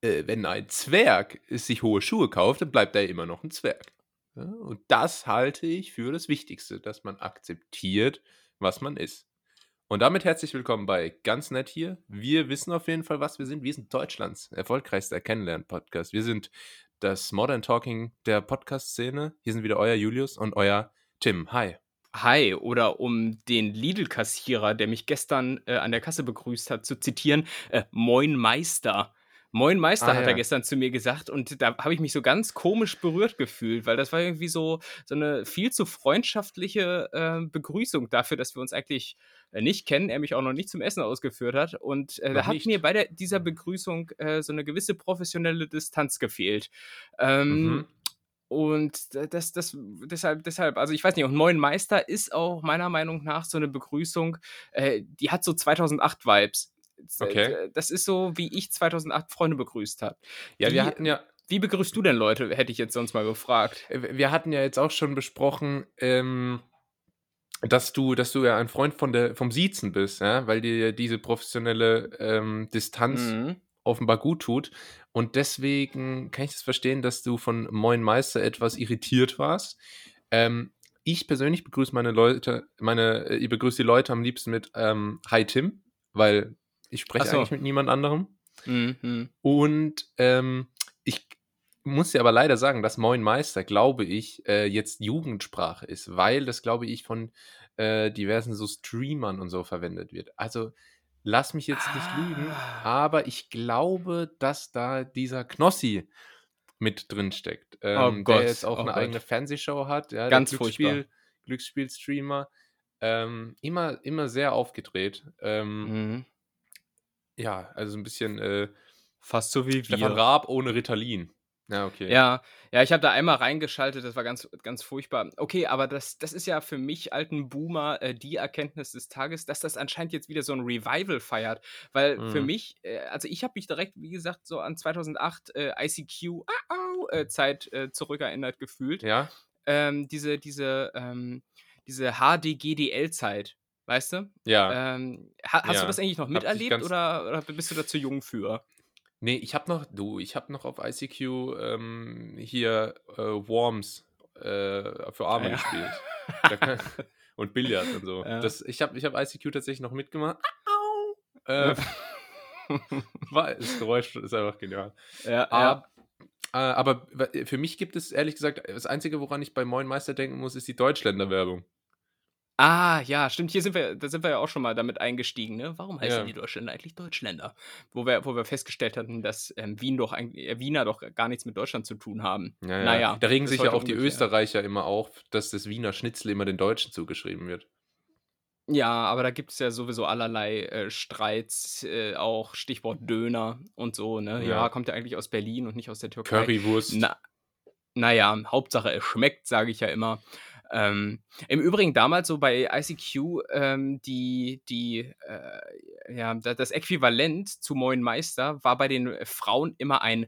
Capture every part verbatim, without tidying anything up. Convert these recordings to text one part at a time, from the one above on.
äh, wenn ein Zwerg sich hohe Schuhe kauft, dann bleibt er immer noch ein Zwerg. Ja, und das halte ich für das Wichtigste, dass man akzeptiert, was man ist. Und damit herzlich willkommen bei Ganz Nett hier. Wir wissen auf jeden Fall, was wir sind. Wir sind Deutschlands erfolgreichster Kennenlernen-Podcast. Wir sind das Modern Talking der Podcast-Szene. Hier sind wieder euer Julius und euer Tim. Hi. Hi, oder um den Lidl-Kassierer, der mich gestern äh, an der Kasse begrüßt hat, zu zitieren, äh, Moin Meister. Moin Meister, Ah, hat er ja. gestern zu mir gesagt, und da habe ich mich so ganz komisch berührt gefühlt, weil das war irgendwie so, so eine viel zu freundschaftliche äh, Begrüßung dafür, dass wir uns eigentlich äh, nicht kennen, er mich auch noch nicht zum Essen ausgeführt hat. Und äh, Noch da hat nicht. mir bei der, dieser Begrüßung äh, so eine gewisse professionelle Distanz gefehlt. Ähm, Mhm. Und d das das deshalb deshalb also, ich weiß nicht, und Moin Meister ist auch meiner Meinung nach so 'ne Begrüßung, äh, die hat so zweitausendacht Vibes. Z Okay. d das ist so, wie ich zweitausendacht Freunde begrüßt habe. Ja, wir Wie hatten ja, wie begrüßt du denn Leute, hätte ich jetzt sonst mal gefragt. äh, wir hatten ja jetzt auch schon besprochen, ähm, dass du, dass du ja ein Freund von der, vom Siezen bist, ja, weil dir ja diese professionelle ähm, Distanz Mhm. offenbar gut tut. Und deswegen kann ich das verstehen, dass du von Moin Meister etwas irritiert warst. Ähm, ich persönlich begrüße meine Leute, meine, äh, ich begrüße die Leute am liebsten mit ähm, Hi Tim, weil ich Ach spreche so. eigentlich mit niemand anderem. Mhm, mhm. Und ähm, ich muss dir aber leider sagen, dass Moin Meister, glaube ich, äh, jetzt Jugendsprache ist, weil das, glaube ich, von äh, diversen so Streamern und so verwendet wird. Also lass mich jetzt nicht lügen, Ah. aber ich glaube, dass da dieser Knossi mit drin steckt, Oh ähm, der jetzt Gott, auch oh eine eigene Gott. Fernsehshow hat, ja, der Ganz furchtbar. Glücksspiel, Glücksspiel-Streamer, ähm, immer, immer sehr aufgedreht. Ähm, Mhm. ja, also ein bisschen äh, Fast so wie Stefan wir. Raab ohne Ritalin. Ja, okay. Ja, ja, ich habe da einmal reingeschaltet, das war ganz ganz furchtbar. Okay, aber das das ist ja für mich alten Boomer, äh, die Erkenntnis des Tages, dass das anscheinend jetzt wieder so 'n Revival feiert. Weil für Mhm. mich äh, also, ich habe mich direkt, wie gesagt, so an zweitausendacht, äh, I C Q, au, äh, Zeit, äh, zurückerinnert gefühlt. Ja, Ähm, diese diese, ähm diese H D G D L-Zeit, weißt du? ja, Ähm, ha hast du das ja. eigentlich noch Habe ich miterlebt, ganz oder oder bist du da zu jung für? ne, ich habe noch du, ich habe noch auf I C Q, ähm, hier, äh, Worms, äh, für Ah Arme ja. gespielt. Da kann und Billard und so. Ja. Das ich habe ich habe I C Q tatsächlich noch mitgemacht. Au. Äh, war das Geräusch ist einfach genial. Ja, ja. Ab äh, aber w für mich gibt es ehrlich gesagt das Einzige, woran ich bei Moin Meister denken muss, ist die Deutschländer-Werbung. Ah, ja, stimmt, hier sind wir da sind wir ja auch schon mal damit eingestiegen, ne? Warum heißen die Ja. Deutschländer eigentlich Deutschländer? Wo wir wo wir festgestellt hatten, dass, ähm, Wien doch eig äh, Wiener doch gar nichts mit Deutschland zu tun haben. Ja, Na ja. ja, Da regen ist sich ja heute auch die ungeklärt. Österreicher immer auf, dass das Wiener Schnitzel immer den Deutschen zugeschrieben wird. Ja, aber da gibt's ja sowieso allerlei, äh, Streits, äh, auch Stichwort Döner und so, ne? Ja, Ja. kommt ja eigentlich aus Berlin und nicht aus der Türkei. Currywurst. Na Na ja, Hauptsache es schmeckt, sage ich ja immer. Ähm, im Übrigen damals so bei I C Q, ähm, die die, äh, ja, da das Äquivalent zu Moin Meister war bei den Frauen immer ein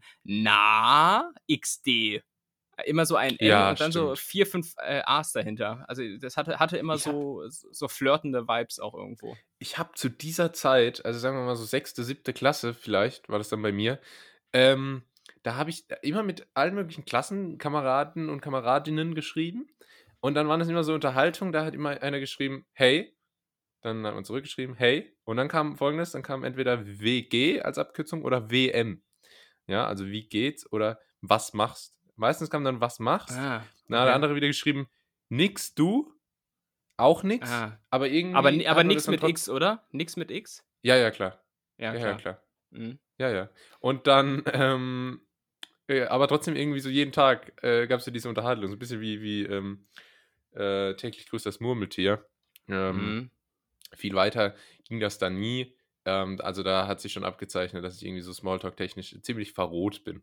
„Na, X D". Immer so ein N Ja, und dann so stimmt. vier, fünf, äh, A's dahinter. Also, das hatte hatte immer Ich habe so so flirtende Vibes auch irgendwo. ich habe zu dieser Zeit, also sagen wir mal so sechste, siebte Klasse vielleicht war das dann bei mir, ähm, da habe ich immer mit allen möglichen Klassenkameraden und Kameradinnen geschrieben und dann waren das immer so Unterhaltungen, da hat immer einer geschrieben: „Hey", dann hat man zurückgeschrieben: „Hey", und dann kam Folgendes, dann kam entweder W G als Abkürzung oder W M. Ja, also wie geht's oder was machst? Meistens kam dann: „Was machst?" Ah, Dann hat der okay. andere wieder geschrieben: „Nix, du?" Auch nix, Ah. aber Aber irgendwie ni aber hat man das nix dann mit trotz X, oder? Nix mit X? ja, ja, klar. Ja, Ja, ja, klar. klar. Mhm. Ja, ja. Und dann, ähm, äh, aber trotzdem irgendwie so jeden Tag, äh, gab's ja diese Unterhaltung, so 'n bisschen wie wie, ähm, äh, „Täglich grüßt das Murmeltier". Ähm, Mhm. viel weiter ging das dann nie. Ähm, also, da hat sich schon abgezeichnet, dass ich irgendwie so Smalltalk-technisch ziemlich verroht bin.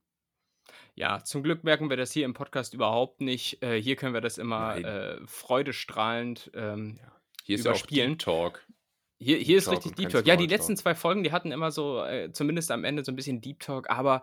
Ja, zum Glück merken wir das hier im Podcast überhaupt nicht. Äh, hier können wir das immer, Nein, äh, freudestrahlend, ähm, ja. Hier ist ja auch Deep überspielen. Talk. Hier hier Deep ist Talk richtig und Deep kein Talk. Ja, die Smalltalk. letzten zwei Folgen, die hatten immer so, äh, zumindest am Ende so 'n bisschen Deep Talk, aber,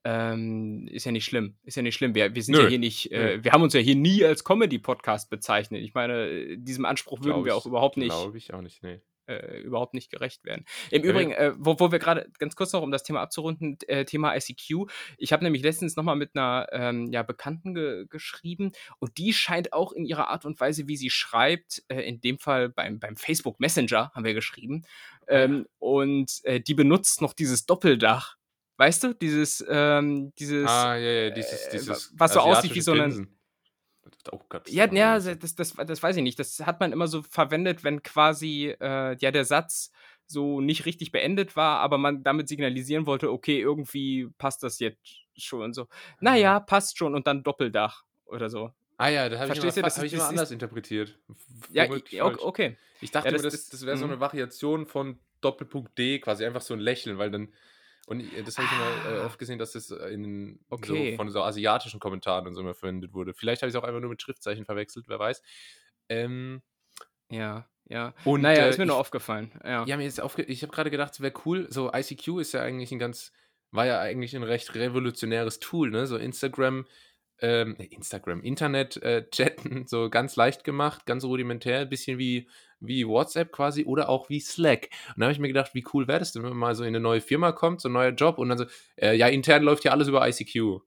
ähm, ist ja nicht schlimm. Ist ja nicht schlimm. Wir wir sind ja Nö, hier nicht nö, äh, wir haben uns ja hier nie als Comedy-Podcast bezeichnet. Ich meine, äh, diesem Anspruch würden glaube wir auch ich überhaupt nicht glaube ich auch nicht, ne. äh, überhaupt nicht gerecht werden. Im Ja, Übrigen, ja. äh, wo wo wir gerade ganz kurz noch, um das Thema abzurunden, äh, Thema I C Q. Ich habe nämlich letztens noch mal mit einer ähm, ja, Bekannten ge geschrieben und die scheint auch in ihrer Art und Weise, wie sie schreibt, äh, in dem Fall beim beim Facebook Messenger haben wir geschrieben, Ah ja. ähm, und, äh, die benutzt noch dieses Doppeldach. Weißt du, dieses ähm, dieses, Ah, ja, ja, dieses äh, wa dieses was so aussieht wie asiatische so 'nen Grinsen. Oh Gott, ist ja, das noch ja, böse. das das das weiß ich nicht. Das hat man immer so verwendet, wenn quasi, äh, ja, der Satz so nicht richtig beendet war, aber man damit signalisieren wollte: „Okay, irgendwie passt das jetzt schon“, so. „Na Ah. ja, passt schon“ und dann Doppeldach oder so. Ah ja, da habe ich immer Verstehst du? fa Das habe ist ich immer das ist anders interpretiert. W ja, womöglich i ok falsch. okay. Ich Ja, dachte immer, das das das das wäre so mhm. 'ne Variation von Doppelpunkt D, quasi einfach so 'n Lächeln, weil dann und i das habe ich immer, äh, Ah, oft gesehen, dass das, äh, in so okay. von so asiatischen Kommentaren und so immer verwendet wurde. Vielleicht habe ich's auch einfach nur mit Schriftzeichen verwechselt, wer weiß. Ähm, Ja, ja. Na und, ja, äh, ist mir nur ich aufgefallen. Ja. ja, mir ist aufge ich habe grade gedacht, es wäre cool so I C Q ist ja eigentlich 'n ganz war ja eigentlich 'n recht revolutionäres Tool, ne? So Instagram ähm, ne, Instagram, Internet, äh, chatten, so ganz leicht gemacht, ganz rudimentär, bisschen wie wie WhatsApp quasi oder auch wie Slack. Und da habe ich mir gedacht: „Wie cool wäre das denn, wenn man mal so in 'ne neue Firma kommt, so 'n neuer Job und dann so, äh, ja, intern läuft ja alles über I C Q.“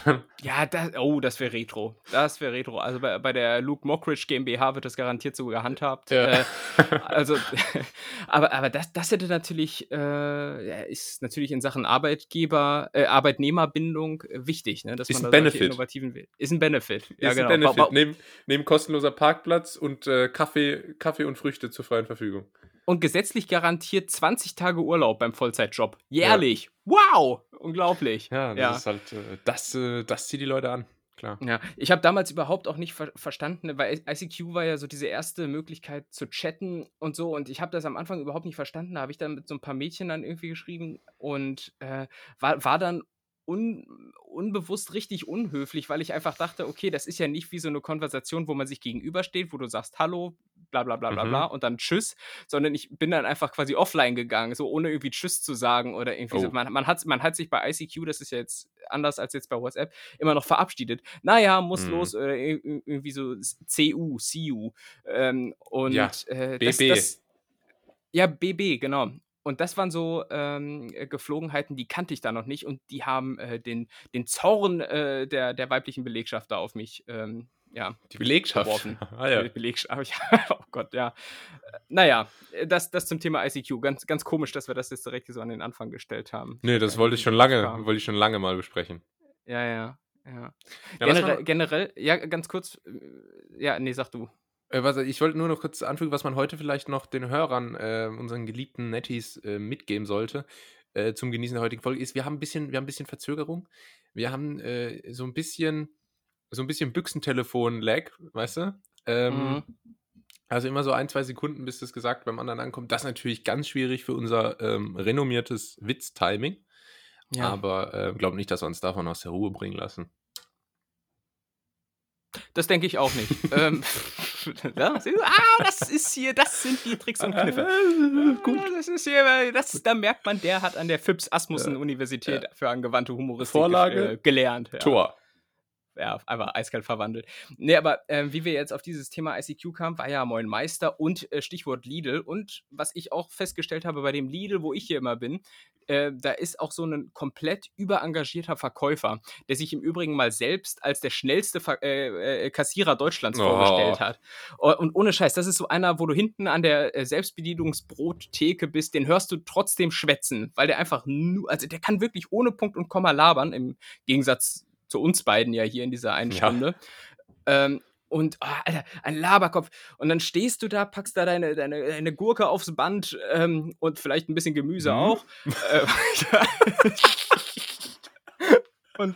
Ja, da oh, das wäre Retro. Das wäre Retro. Also, bei bei der Luke Mockridge GmbH wird das garantiert so gehandhabt. Ja. Äh, also, aber aber das das hätte natürlich äh, ja, ist natürlich in Sachen Arbeitgeber äh, Arbeitnehmerbindung äh, wichtig, ne, dass Ist man 'n da solche Benefit. innovativen We ist 'n Benefit. Ja, Ist 'n genau. Ba Benefit ba neben neben kostenloser Parkplatz und, äh, Kaffee Kaffee und Früchte zur freien Verfügung. und gesetzlich garantiert zwanzig Tage Urlaub beim Vollzeitjob. Ja. Jährlich. Wow, unglaublich. Ja, das Ja. ist halt, äh das äh, das zieht die Leute an, klar. Ja, ich habe damals überhaupt auch nicht ver verstanden, weil I C Q war ja so diese erste Möglichkeit zu chatten und so und ich habe das am Anfang überhaupt nicht verstanden. Da habe ich dann mit so 'n paar Mädchen dann irgendwie geschrieben und, äh, war war dann un unbewusst richtig unhöflich, weil ich einfach dachte: „Okay, das ist ja nicht wie so 'ne Konversation, wo man sich gegenübersteht, wo du sagst: ‚Hallo, bla bla bla bla bla' Mhm. und dann tschüss“, sondern ich bin dann einfach quasi offline gegangen, so ohne irgendwie tschüss zu sagen oder irgendwie so. Oh. Man man hat man hat sich bei I C Q, das ist ja jetzt anders als jetzt bei WhatsApp, immer noch verabschiedet. „Na ja, muss Mhm. los“, oder ir ir irgendwie so s C U, see you. Ähm, Ja, und, äh, das B B. das ja, B B, genau. Und das waren so, ähm, äh, Geflogenheiten, die kannte ich da noch nicht und die haben, äh, den den Zorn, äh, der der weiblichen Belegschaft da auf mich, ähm, ja, Die Belegschaft. geworfen. Ah Be ja. Belegschaft, oh Gott, ja. Äh, na ja, äh, das das zum Thema I C Q. Ganz ganz komisch, dass wir das jetzt direkt hier so an den Anfang gestellt haben. Ich Ne, weiß gar das nicht, wollte wie ich wir schon darauf lange kamen. wollte ich schon lange mal besprechen. Ja, ja, ja. Ja, was man Generell generell ja, ganz kurz, äh ja, ne, sag du. äh, was ich wollte nur noch kurz anfügen, was man heute vielleicht noch den Hörern, äh, unseren geliebten Netties, äh, mitgeben sollte, äh, zum Genießen der heutigen Folge, ist, wir haben 'n bisschen wir haben 'n bisschen Verzögerung. Wir haben, äh, so 'n bisschen so 'n bisschen Büchsentelefon-Lag, weißt du? Ähm, Mhm. also immer so ein, zwei Sekunden, bis das Gesagte beim anderen ankommt. Das ist natürlich ganz schwierig für unser, ähm, renommiertes Witz-Timing, Ja. aber, äh, glaube nicht, dass wir uns davon aus der Ruhe bringen lassen. Das denke ich auch nicht. Ähm, ja, siehst du? Ah, das ist hier das sind die Tricks und Kniffe. Gut. Ah, das ist hier weil das da merkt man, der hat an der Phipps Ja, Asmussen-Universität ja. für angewandte Humoristik gesch Vorlage, äh, gelernt, ja. Tor. Ja, einfach eiskalt verwandelt. Ne, aber, ähm, wie wir jetzt auf dieses Thema I C Q kamen, war ja Moin Meister und, äh, Stichwort Lidl. Und was ich auch festgestellt habe bei dem Lidl, wo ich hier immer bin, äh, da ist auch so 'nen komplett überengagierter Verkäufer, der sich im Übrigen mal selbst als der schnellste Ver äh, äh, Kassierer Deutschlands Oh. vorgestellt hat. O und ohne Scheiß, das ist so einer, wo du hinten an der, äh, Selbstbedienungsbrottheke bist, den hörst du trotzdem schwätzen, weil der einfach nu also, der kann wirklich ohne Punkt und Komma labern, im Gegensatz zu uns beiden ja hier in dieser einen Ja. Stunde. Ähm, und, oh, Alter, ein Laberkopf. Und dann stehst du da, packst da deine deine deine Gurke aufs Band, ähm, und vielleicht 'n bisschen Gemüse Mhm. auch. Äh, und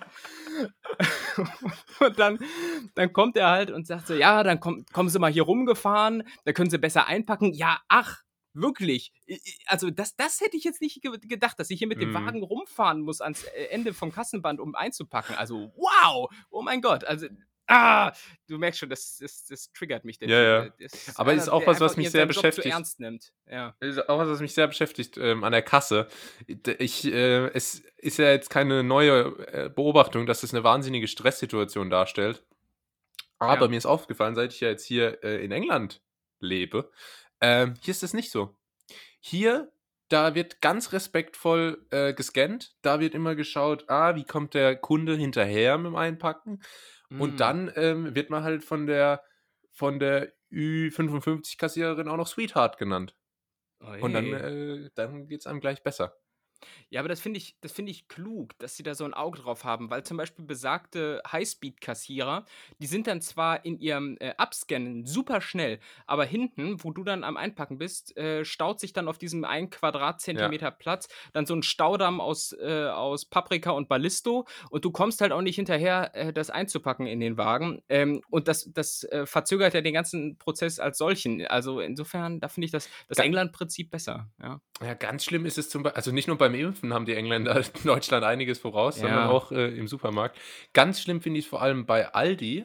und dann dann kommt er halt und sagt so: „Ja, dann komm kommen Sie mal hier rumgefahren, da können Sie besser einpacken.“ Ja, ach, wirklich? I i also, das das hätte ich jetzt nicht ge gedacht, dass ich hier mit dem Mhm. Wagen rumfahren muss ans, äh, Ende vom Kassenband, um einzupacken. Also, wow! Oh mein Gott. Also, ah, du merkst schon, das das das triggert mich, der Ja, Typ. ja. Der ist Aber einer, ist auch der was, einfach was mich ihren sehr seinen Job zu beschäftigt. ernst nimmt. Ja. Ist auch was, was mich sehr beschäftigt, ähm, an der Kasse. D ich, äh es ist ja jetzt keine neue, äh, Beobachtung, dass es 'ne wahnsinnige Stresssituation darstellt. Aber Ja. mir ist aufgefallen, seit ich ja jetzt hier, äh, in England lebe, ähm, hier ist das nicht so. hier, da wird ganz respektvoll äh, gescannt. Da wird immer geschaut, ah, wie kommt der Kunde hinterher mit dem Einpacken? Und Mm. dann ähm, wird man halt von der, von der Ü fünfundfünfzig-Kassiererin auch noch Sweetheart genannt. Und dann, Oje. äh, dann geht es einem gleich besser. Ja, aber das finde ich das finde ich klug, dass sie da so ein Auge drauf haben, weil zum Beispiel besagte Highspeed-Kassierer, die sind dann zwar in ihrem, äh, Abscannen super schnell, aber hinten, wo du dann am Einpacken bist, äh, staut sich dann auf diesem ein Ja. Quadratzentimeter Platz dann so ein Staudamm aus äh, aus Paprika und Ballisto und du kommst halt auch nicht hinterher, äh, das einzupacken in den Wagen. Ähm, und das das, äh, verzögert ja den ganzen Prozess als solchen. Also, insofern, da finde ich das das Ga England-Prinzip besser, ja. Ja, ganz schlimm ist es zum Beispiel, also nicht nur beim Impfen haben die Engländer Deutschland einiges voraus, sondern Ja. auch äh, im Supermarkt. Ganz schlimm finde ich es vor allem bei Aldi,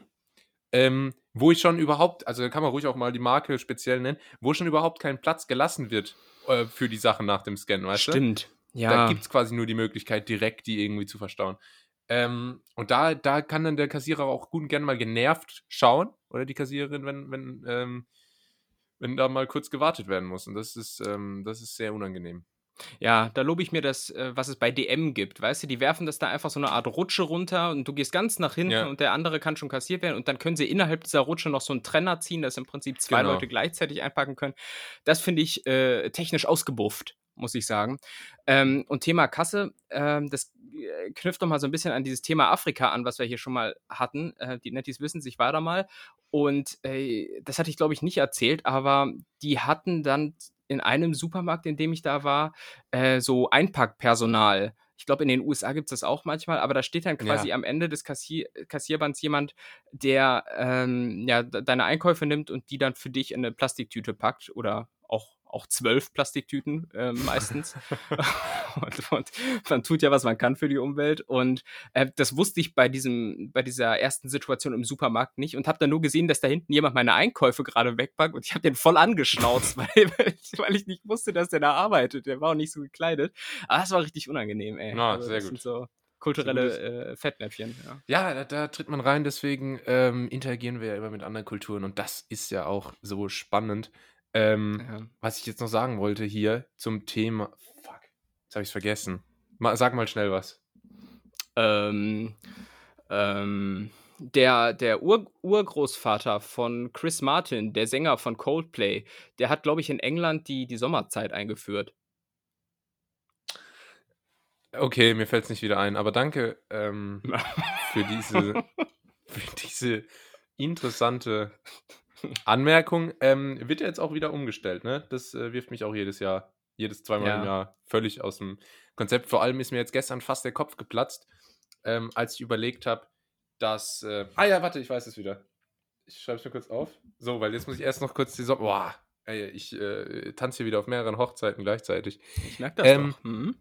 ähm, wo ich schon überhaupt, also da kann man ruhig auch mal die Marke speziell nennen, wo schon überhaupt kein Platz gelassen wird äh, für die Sachen nach dem Scan, weißt du? Stimmt, Da ja. gibt es quasi nur die Möglichkeit, direkt die irgendwie zu verstauen. Ähm, und da, da kann dann der Kassierer auch gut und gerne mal genervt schauen, oder die Kassiererin, wenn, wenn, ähm, wenn da mal kurz gewartet werden muss. Und das ist, ähm, das ist sehr unangenehm. Ja, da lobe ich mir das, äh, was es bei D M gibt, weißt du? Die werfen das da einfach so 'ne Art Rutsche runter und du gehst ganz nach hinten Ja, und der andere kann schon kassiert werden und dann können sie innerhalb dieser Rutsche noch so 'n Trenner ziehen, dass im Prinzip zwei Leute genau. gleichzeitig einpacken können. Das finde ich, äh, technisch ausgebufft, muss ich sagen. Ähm, und Thema Kasse, ähm, das, äh, knüpft noch mal so 'n bisschen an dieses Thema Afrika an, was wir hier schon mal hatten. Äh, die Nettis wissen's, ich war da mal und, äh, das hatte ich, glaube ich, nicht erzählt, aber die hatten dann in einem Supermarkt, in dem ich da war, äh, so Einpackpersonal. Ich glaube, in den U S A gibt's das auch manchmal, aber da steht dann quasi Ja. am Ende des Kassier Kassierbands jemand, der, ähm, ja, d deine Einkäufe nimmt und die dann für dich in 'ne Plastiktüte packt oder auch auch zwölf Plastiktüten, äh, meistens. Und und man tut ja, was man kann für die Umwelt und, äh, das wusste ich bei diesem bei dieser ersten Situation im Supermarkt nicht und habe dann nur gesehen, dass da hinten jemand meine Einkäufe grade wegpackt und ich habe den voll angeschnauzt, weil weil ich weil ich nicht wusste, dass der da arbeitet. Der war auch nicht so gekleidet. Aber das war richtig unangenehm, ey. Na, Also, sehr das sind gut. so So gutes. kulturelle, äh, Fettnäpfchen, ja. Ja, da, da tritt man rein, deswegen ähm, interagieren wir ja immer mit anderen Kulturen und das ist ja auch so spannend. Ähm, Ja. was ich jetzt noch sagen wollte hier zum Thema. Fuck, jetzt habe ich es vergessen. Mal, sag mal schnell was. Ähm, ähm, der der Ur Urgroßvater von Chris Martin, der Sänger von Coldplay, der hat, glaube ich, in England die die Sommerzeit eingeführt. Okay, mir fällt es nicht wieder ein, aber danke ähm, für diese, für diese interessante Anmerkung. Ähm, wird ja jetzt auch wieder umgestellt, ne? Das äh, wirft mich auch jedes Jahr, jedes zweimal im Ja. Jahr völlig aus dem Konzept. Vor allem ist mir jetzt gestern fast der Kopf geplatzt, ähm, als ich überlegt habe, dass. Äh, ah ja, warte, ich weiß es wieder. Ich schreibe es mir kurz auf. So, weil jetzt muss ich erst noch kurz die Sommer. Boah, ey, ich äh, tanze hier wieder auf mehreren Hochzeiten gleichzeitig. Ich merke das Ähm, doch. Mhm.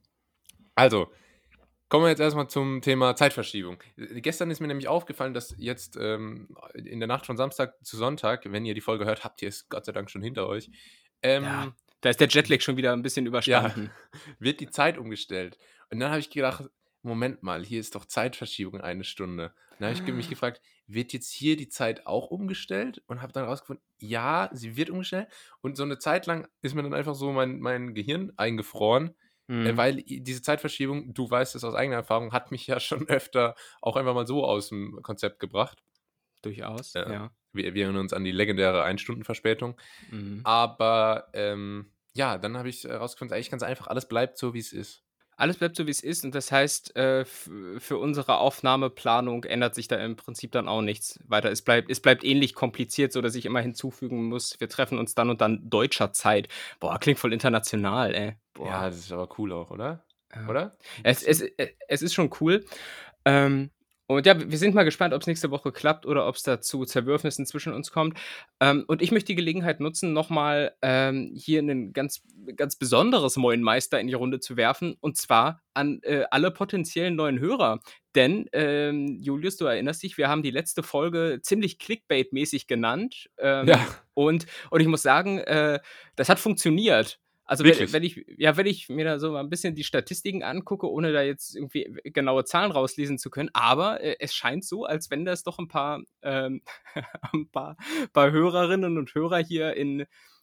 also, kommen wir jetzt erstmal zum Thema Zeitverschiebung. Äh, Gestern ist mir nämlich aufgefallen, dass jetzt ähm, in der Nacht von Samstag zu Sonntag, wenn ihr die Folge hört, habt ihr es Gott sei Dank schon hinter euch. Ja, Ähm, da ist der Jetlag schon wieder 'n bisschen ja, überstanden. wird die Zeit umgestellt. Und dann habe ich gedacht, Moment mal, hier ist doch Zeitverschiebung eine Stunde. Dann habe ich ge- mich gefragt, wird jetzt hier die Zeit auch umgestellt? Und habe dann rausgefunden, ja, sie wird umgestellt. Und so eine Zeit lang ist mir dann einfach so mein, mein Gehirn eingefroren, äh, Mhm. weil i- diese Zeitverschiebung, du weißt es aus eigener Erfahrung, hat mich ja schon öfter auch einfach mal so aus dem Konzept gebracht. Durchaus, Äh, ja. wir, wir erinnern uns an die legendäre Ein-Stunden-Verspätung. Mhm. Aber ähm, ja, dann habe ich herausgefunden, eigentlich ganz einfach, alles bleibt so, wie es ist. Alles bleibt so, wie's ist und das heißt, äh, f für unsere Aufnahmeplanung ändert sich da im Prinzip dann auch nichts weiter. Es bleibt es bleibt ähnlich kompliziert, sodass ich immer hinzufügen muss: „Wir treffen uns dann und dann deutscher Zeit.“ Boah, klingt voll international, ey. Ja, Boah, das ist aber cool auch, oder? ja. Oder? 'N Es es bisschen? äh, es ist schon cool. Ähm, und ja, wir sind mal gespannt, ob's nächste Woche klappt oder ob's da zu Zerwürfnissen zwischen uns kommt. Ähm, und ich möchte die Gelegenheit nutzen, noch mal, ähm, hier 'nen ganz ganz besonderes Moin Meister in die Runde zu werfen, und zwar an, äh, alle potenziellen neuen Hörer. Denn, ähm, Julius, du erinnerst dich, wir haben die letzte Folge ziemlich Clickbait-mäßig genannt, Ja, ähm, und und ich muss sagen, äh, das hat funktioniert. Also, wenn wirklich. wenn ich ja, wenn ich mir da so mal 'n bisschen die Statistiken angucke, ohne da jetzt irgendwie w genaue Zahlen rauslesen zu können, aber, äh, es scheint so, als wenn das doch 'n paar ähm, 'n paar paar Hörerinnen und Hörer hier in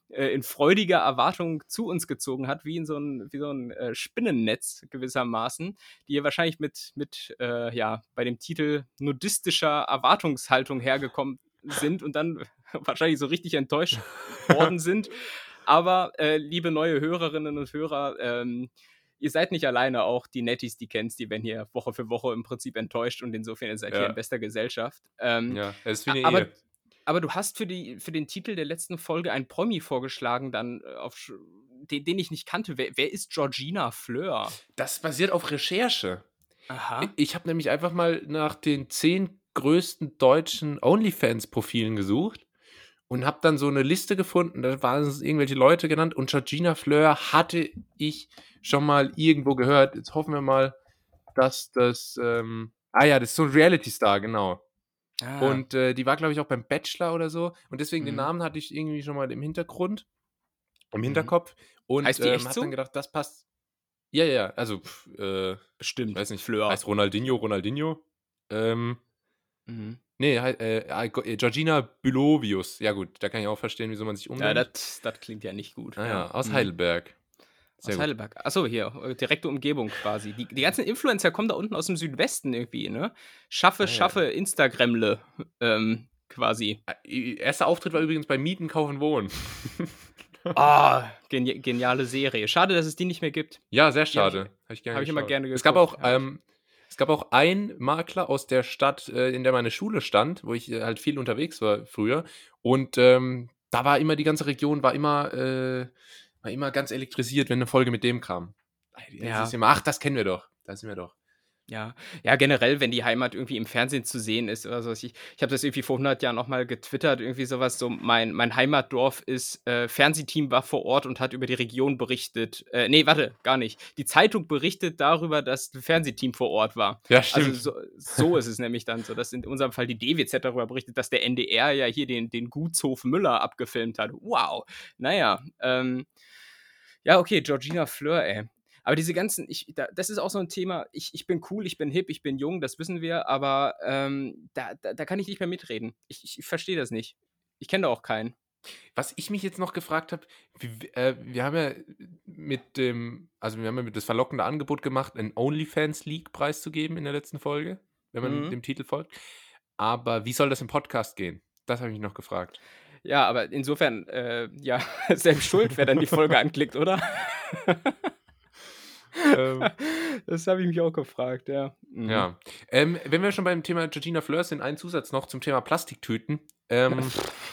äh, in freudiger Erwartung zu uns gezogen hat, wie in so ein, wie so ein äh, Spinnennetz gewissermaßen, die ja wahrscheinlich mit, mit äh, ja, bei dem Titel nudistischer Erwartungshaltung hergekommen sind und dann wahrscheinlich so richtig enttäuscht worden sind. Aber äh, liebe neue Hörerinnen und Hörer, ähm, ihr seid nicht alleine, auch die Netties, die kennst, die werden hier Woche für Woche im Prinzip enttäuscht und insofern ihr seid ihr in Ja, bester Gesellschaft. Ähm, ja, es ist wie a- eine aber, Ehe. aber du hast für, die, für den Titel der letzten Folge einen Promi vorgeschlagen, dann äh, auf, Sch- den, den ich nicht kannte. Wer, wer ist Georgina Fleur? Das basiert auf Recherche. I- Aha. Ich habe nämlich einfach mal nach den zehn größten deutschen OnlyFans-Profilen gesucht und habe dann so eine Liste gefunden, da waren es irgendwelche Leute genannt und Georgina Fleur hatte ich schon mal irgendwo gehört. Jetzt hoffen wir mal, dass das, ähm, ah ja, das ist so ein Reality-Star, genau. Ah. Und äh, die war, glaube ich, auch beim Bachelor oder so und deswegen den Mhm. Namen hatte ich irgendwie schon mal im Hintergrund, im Mhm. Hinterkopf und Heißt die ähm, echt habe dann so? gedacht, das passt. Ja, ja, also, pf, äh, ich Bestimmt. weiß nicht, Fleur. heißt Ronaldinho Ronaldinho? Ähm, Mhm. ne, hei äh, ah, Go äh, Georgina Bülovius. Ja gut, da kann ich auch verstehen, wieso man sich Ja, umbenennt. das klingt ja nicht gut. Ah Ja. ja, aus Mhm. Heidelberg. Sehr Aus gut. Heidelberg. Achso, hier, äh, direkte Umgebung quasi. Die, die ganzen Influencer kommen da unten aus dem Südwesten irgendwie, ne? Schaffe, Ah ja. schaffe, Instagramle, ähm, quasi. Ah, i erster Auftritt war übrigens bei Mieten, Kaufen, Wohnen. Ah, geni geniale Serie. Schade, dass es die nicht mehr gibt. Ja, sehr Die habe ich, schade. Habe ich gerne hab ich immer geschaut. gerne Es gab geguckt. auch, Habe ich. ähm es gab auch einen Makler aus der Stadt, äh, in der meine Schule stand, wo ich, äh, halt viel unterwegs war früher. Und, ähm, da war immer die ganze Region war immer, äh war immer ganz elektrisiert, wenn eine Folge mit dem kam. Es ist Ja, immer: „Ach, das kennen wir doch. Da sind wir doch.“ ja. Ja, generell, wenn die Heimat irgendwie im Fernsehen zu sehen ist oder so. Ich ich habe das irgendwie vor hundert Jahren noch mal getwittert, irgendwie sowas so: „Mein mein Heimatdorf ist äh, Fernsehteam war vor Ort und hat über die Region berichtet.“ Äh, ne, warte, gar nicht. Die Zeitung berichtet darüber, dass 'n Fernsehteam vor Ort war. Ja, Also, stimmt. so so ist es nämlich dann so, dass in unserem Fall die D W Z darüber berichtet, dass der N D R ja hier den den Gutshof Müller abgefilmt hat. Wow. Na ja, ähm ja, okay, Georgina Fleur, ey. Aber diese ganzen ich da das ist auch so 'n Thema, ich ich bin cool, ich bin hip, ich bin jung, das wissen wir, aber, ähm, da da da kann ich nicht mehr mitreden. Ich ich verstehe das nicht. Ich kenne da auch keinen. Was ich mich jetzt noch gefragt habe, w w äh, wir haben ja mit dem also, wir haben ja mit das verlockende Angebot gemacht, 'n OnlyFans-Leak preiszugeben in der letzten Folge, wenn man Mhm. dem Titel folgt. Aber wie soll das im Podcast gehen? Das habe ich mich noch gefragt. Ja, aber insofern, äh, ja, selbst schuld, wer dann die Folge anklickt, oder? Ähm, Das habe ich mich auch gefragt, ja. Mhm. ja. Ähm, wenn wir schon beim Thema Georgina Fleur sind, ein Zusatz noch zum Thema Plastiktüten. Ähm,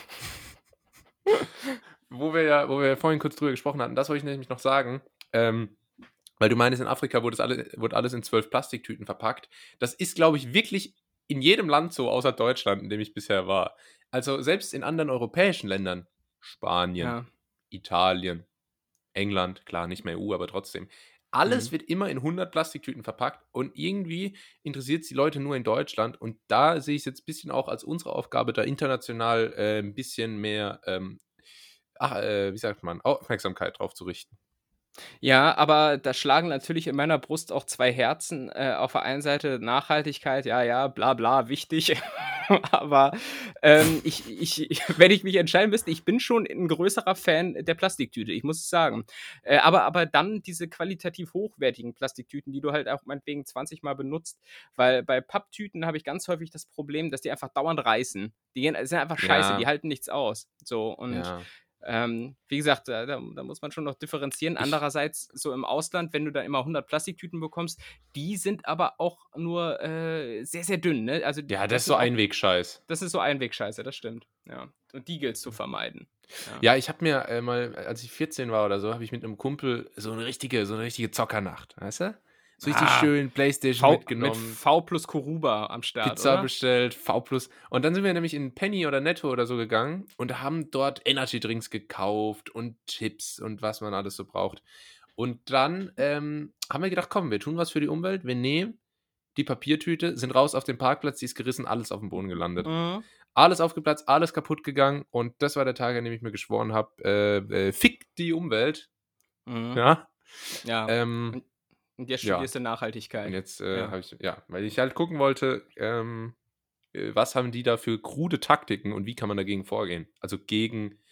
wo wir ja wo wir ja vorhin kurz drüber gesprochen hatten, das wollte ich nämlich noch sagen. Ähm, weil du meinst, in Afrika wurde, das alle, wurde alles in zwölf Plastiktüten verpackt. Das ist, glaube ich, wirklich in jedem Land so, außer Deutschland, in dem ich bisher war. Also selbst in anderen europäischen Ländern, Spanien, Ja. Italien, England, klar, nicht mehr E U, aber trotzdem. Alles Mhm. wird immer in hundert Plastiktüten verpackt und irgendwie interessiert es die Leute nur in Deutschland. Und da sehe ich es jetzt ein bisschen auch als unsere Aufgabe, da international äh, ein bisschen mehr, ähm, ach, äh, wie sagt man, Aufmerksamkeit drauf zu richten. Ja, aber da schlagen natürlich in meiner Brust auch zwei Herzen. Äh, auf der einen Seite Nachhaltigkeit, ja, ja, bla bla, wichtig. Aber, ähm, ich ich wenn ich mich entscheiden müsste, ich bin schon 'n größerer Fan der Plastiktüte, ich muss es sagen. Äh, aber aber dann diese qualitativ hochwertigen Plastiktüten, die du halt auch meinetwegen zwanzig Mal benutzt. Weil bei Papptüten habe ich ganz häufig das Problem, dass die einfach dauernd reißen. Die gehen sind einfach scheiße, die Ja, halten nichts aus. So und ja. ähm, wie gesagt, da da da muss man schon noch differenzieren. Ich Andererseits, so im Ausland, wenn du da immer hundert Plastiktüten bekommst, die sind aber auch nur, äh, sehr, sehr dünn, ne? Also, ja, das das ist so sind auch Einwegscheiß. das ist so Einwegscheiße, das stimmt, ja. Und die gilt's zu vermeiden. Ja. Ja, ich habe mir, äh, mal, als ich vierzehn war oder so, habe ich mit einem Kumpel so eine richtige so eine richtige Zockernacht, weißt du? So richtig Ah, schön Playstation V mit mitgenommen, V plus Kuruba am Start, Pizza oder? bestellt, V plus und dann sind wir nämlich in Penny oder Netto oder so gegangen und haben dort Energydrinks gekauft und Chips und was man alles so braucht. Und dann, ähm, haben wir gedacht: „Komm, wir tun was für die Umwelt. Wir nehmen die Papiertüte, sind raus auf den Parkplatz, die ist gerissen, alles auf dem Boden gelandet. Mhm, Alles aufgeplatzt, alles kaputt gegangen und das war der Tag, an dem ich mir geschworen habe, äh, äh, fick die Umwelt, mhm, ja. ja. Ähm, Und und jetzt ja, studierst du und Nachhaltigkeit. jetzt, äh, Ja. habe ich ja, weil ich halt gucken wollte, ähm, äh, was haben die da für krude Taktiken und wie kann man dagegen vorgehen? Also gegen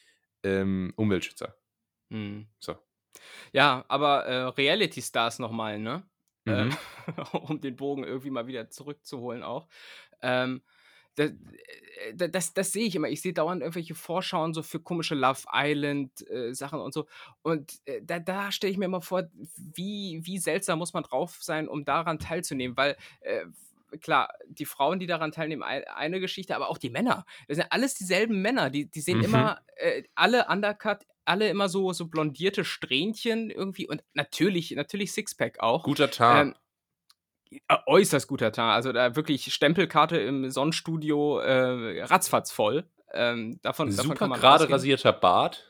ähm, Umweltschützer. Mhm. So. Ja, aber, äh, Reality Stars noch mal, ne? Äh, Mhm. um den Bogen irgendwie mal wieder zurückzuholen auch. Ähm, da äh, da das das sehe ich immer. Ich sehe dauernd irgendwelche Vorschauen so für komische Love Island, äh, Sachen und so. Und, äh, da da stelle ich mir immer vor, wie wie seltsam muss man drauf sein, um daran teilzunehmen, weil, äh, klar, die Frauen, die daran teilnehmen, ei eine Geschichte, aber auch die Männer. Das sind ja alles dieselben Männer, die die sehen Mhm. immer, äh, alle undercut, alle immer so so blondierte Strähnchen irgendwie und natürlich natürlich Sixpack auch. Guter Ähm, Tag. äh, äußerst guter Tag. Also, da wirklich Stempelkarte im Sonnenstudio, äh, ratzfatz voll. Ähm, davon davon Super kann man gerade ausgehen. rasierter Bart.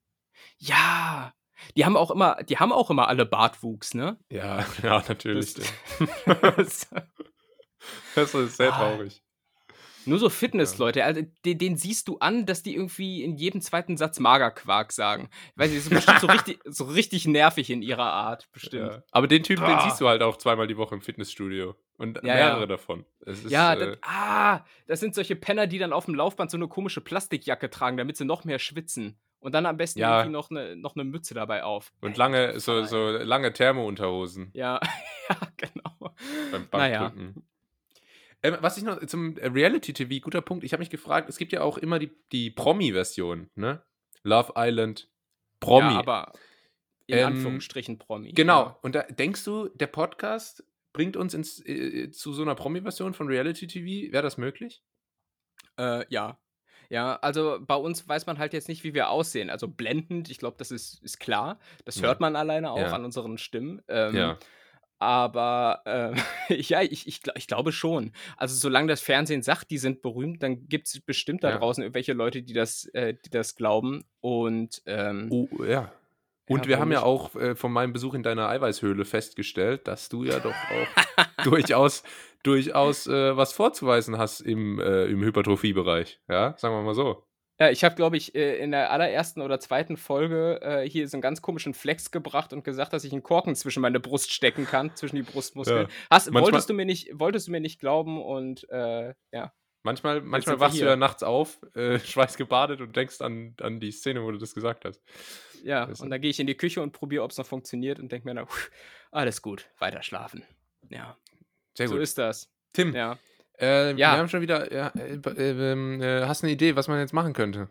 Ja, die haben auch immer die haben auch immer alle Bartwuchs, ne? Ja, ja, Das natürlich. das Das ist sehr ah, traurig. nur so Ja. Fitnessleute, also, de denen siehst du an, dass die irgendwie in jedem zweiten Satz Magerquark sagen. Ich weiß nicht, das ist bestimmt so richtig so richtig nervig in ihrer Art, bestimmt. Ja. Aber den Typen, den siehst Ah, du halt auch zweimal die Woche im Fitnessstudio und ja, mehrere ja. davon. Es ist, Ja, das äh ah, das sind solche Penner, die dann aufm Laufband so 'ne komische Plastikjacke tragen, damit sie noch mehr schwitzen. Und dann am besten irgendwie ja, noch 'ne noch 'ne Mütze dabei auf. und Ey, was für lange so Penner, ey. so lange Thermounterhosen Ja, ja, genau. beim Na ja. Bankdrücken. Ähm, was ich noch zum, äh, Reality-T V, guter Punkt. Ich habe mich gefragt, es gibt ja auch immer die die Promi-Version, ne? Love Island, Ja, Promi. aber in Ähm, Anführungsstrichen Promi, genau. ja. Und da denkst du, der Podcast bringt uns ins äh, zu so einer Promi-Version von Reality-T V? Wäre das möglich? Äh, ja. Ja, also bei uns weiß man halt jetzt nicht, wie wir aussehen. Also blendend, ich glaube, das ist ist klar. Das hört Ja. man alleine auch Ja. an unseren Stimmen. Ähm, Ja. aber, äh, ja, ich ich gla ich glaube schon. Also, solange das Fernsehen sagt, die sind berühmt, dann gibt's bestimmt da Ja. draußen irgendwelche Leute, die das äh, die das glauben. Und, ähm, Oh, ja. Und ja, wir warum haben ja nicht? auch, äh, von meinem Besuch in deiner Eiweißhöhle festgestellt, dass du ja doch auch durchaus durchaus, äh, was vorzuweisen hast im, äh im Hypertrophiebereich, ja? Sagen wir mal so. Ja, ich habe, glaube ich, äh, in der allerersten oder zweiten Folge, äh, hier so 'n ganz komischen Flex gebracht und gesagt, dass ich 'n Korken zwischen meine Brust stecken kann, zwischen die Brustmuskeln. Ja. Hast Manchmal wolltest du mir nicht wolltest du mir nicht glauben und, äh, ja, manchmal jetzt manchmal sind wir wachst du ja hier. nachts auf, äh, schweißgebadet und denkst an an die Szene, wo du das gesagt hast. Ja, Weißt und du? dann gehe ich in die Küche und probiere, ob's noch funktioniert und denke mir dann: „Alles gut, weiter schlafen." Ja, Sehr so gut. ist das. Tim, Ja. äh, wir Ja, haben schon wieder ja, äh, b ähm, äh, hast 'ne Idee, was man jetzt machen könnte?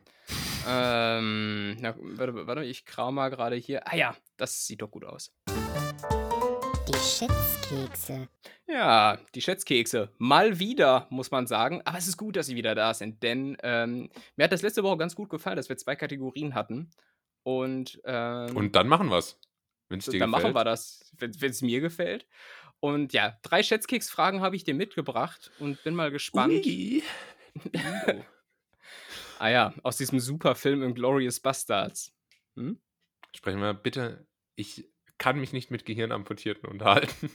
ähm, na, warte warte, ich kraue mal grade hier. Ah ja, das sieht doch gut aus. Die Schätzkekse. Ja, die Schätzkekse. Mal wieder, muss man sagen. Aber es ist gut, dass sie wieder da sind, denn, ähm, mir hat das letzte Woche ganz gut gefallen, dass wir zwei Kategorien hatten. Und, ähm, Und dann machen wir's, wenn's so dir dann machen wir gefällt. das, wenn es mir gefällt. Und ja, drei Schätzkeksfragen habe ich dir mitgebracht und bin mal gespannt. Ui, Bingo. Ah ja, aus diesem super Film „Inglourious Basterds". Hm? Sprechen wir bitte, ich kann mich nicht mit Gehirnamputierten unterhalten.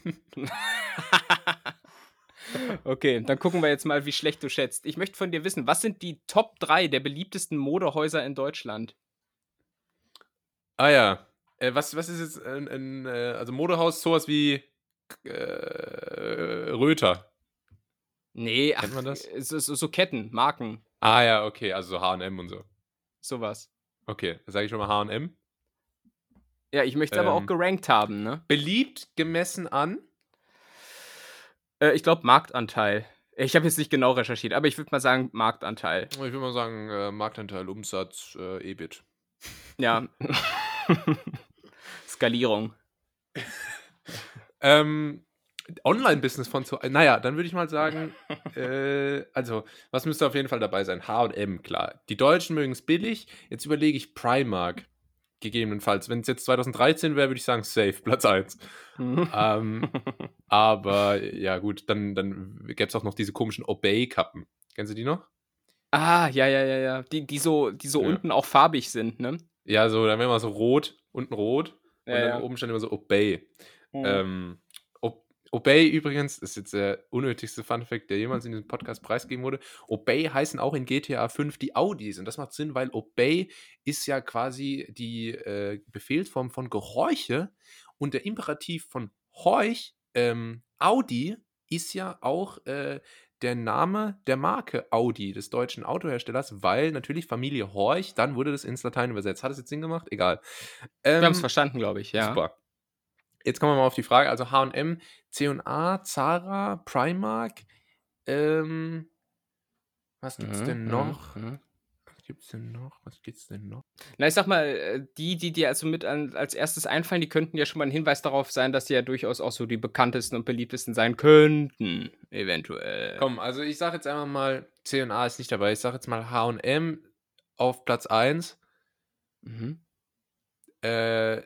Okay, dann gucken wir jetzt mal, wie schlecht du schätzt. Ich möchte von dir wissen, was sind die Top drei der beliebtesten Modehäuser in Deutschland? Ah ja. Äh, was was ist jetzt 'n 'n, äh also Modehaus, so was wie, äh, Röther. Ne, Kennt ach, man das? so so so Ketten, Marken, Ah ja, okay, also so H und M und so. so was. Okay, dann sage ich schon mal H und M. Ja, ich möchte es aber auch Ähm, gerankt haben, ne? beliebt gemessen an? Äh, ich glaube Marktanteil. Ich habe jetzt nicht genau recherchiert, aber ich würde mal sagen Marktanteil. Ich würde mal sagen, äh, Marktanteil, Umsatz, äh, E B I T. Ja. Skalierung. Ähm, Online-Business von zu na ja, dann würde ich mal sagen, äh, also, was müsste auf jeden Fall dabei sein? H und M, klar. Die Deutschen mögen's billig. Jetzt überlege ich Primark, gegebenenfalls. Wenn's jetzt zweitausenddreizehn wäre, würde ich sagen, safe, Platz eins. Mhm. Ähm, aber ja gut, dann dann gäb's auch noch diese komischen Obey-Kappen. Kennst du die noch? Ah, ja, ja, ja, ja. Die die so die so Ja. unten auch farbig sind, ne? Ja, so, dann wäre mal so rot, unten rot Ja, und dann ja. oben stand immer so Obey. Mhm. Ähm, Ob Obey übrigens ist jetzt der unnötigste Funfact, der jemals in diesem Podcast preisgegeben wurde. Obey heißen auch in G T A fünf die Audis und das macht Sinn, weil Obey ist ja quasi die, äh, Befehlsform von Gehorche und der Imperativ von Horch, ähm, Audi, ist ja auch, äh, der Name der Marke Audi, des deutschen Autoherstellers, weil natürlich Familie Horch, dann wurde das ins Latein übersetzt. Hat das jetzt Sinn gemacht? Egal. Wir haben es Ähm, verstanden, glaube ich, ja. Super. Jetzt kommen wir mal auf die Frage. Also H und M, C und A, Zara, Primark. Ähm, was gibt's Mhm, denn mhm, noch? mhm. Was gibt's denn noch? Was gibt's denn noch? Na, ich sag mal, äh, die, die dir also mit an, als erstes einfallen, die könnten ja schon mal ein Hinweis darauf sein, dass sie ja durchaus auch so die bekanntesten und beliebtesten sein könnten, eventuell. Komm, also ich sage jetzt einfach mal, C und A ist nicht dabei. Ich sage jetzt mal H und M auf Platz eins. Mhm. Äh,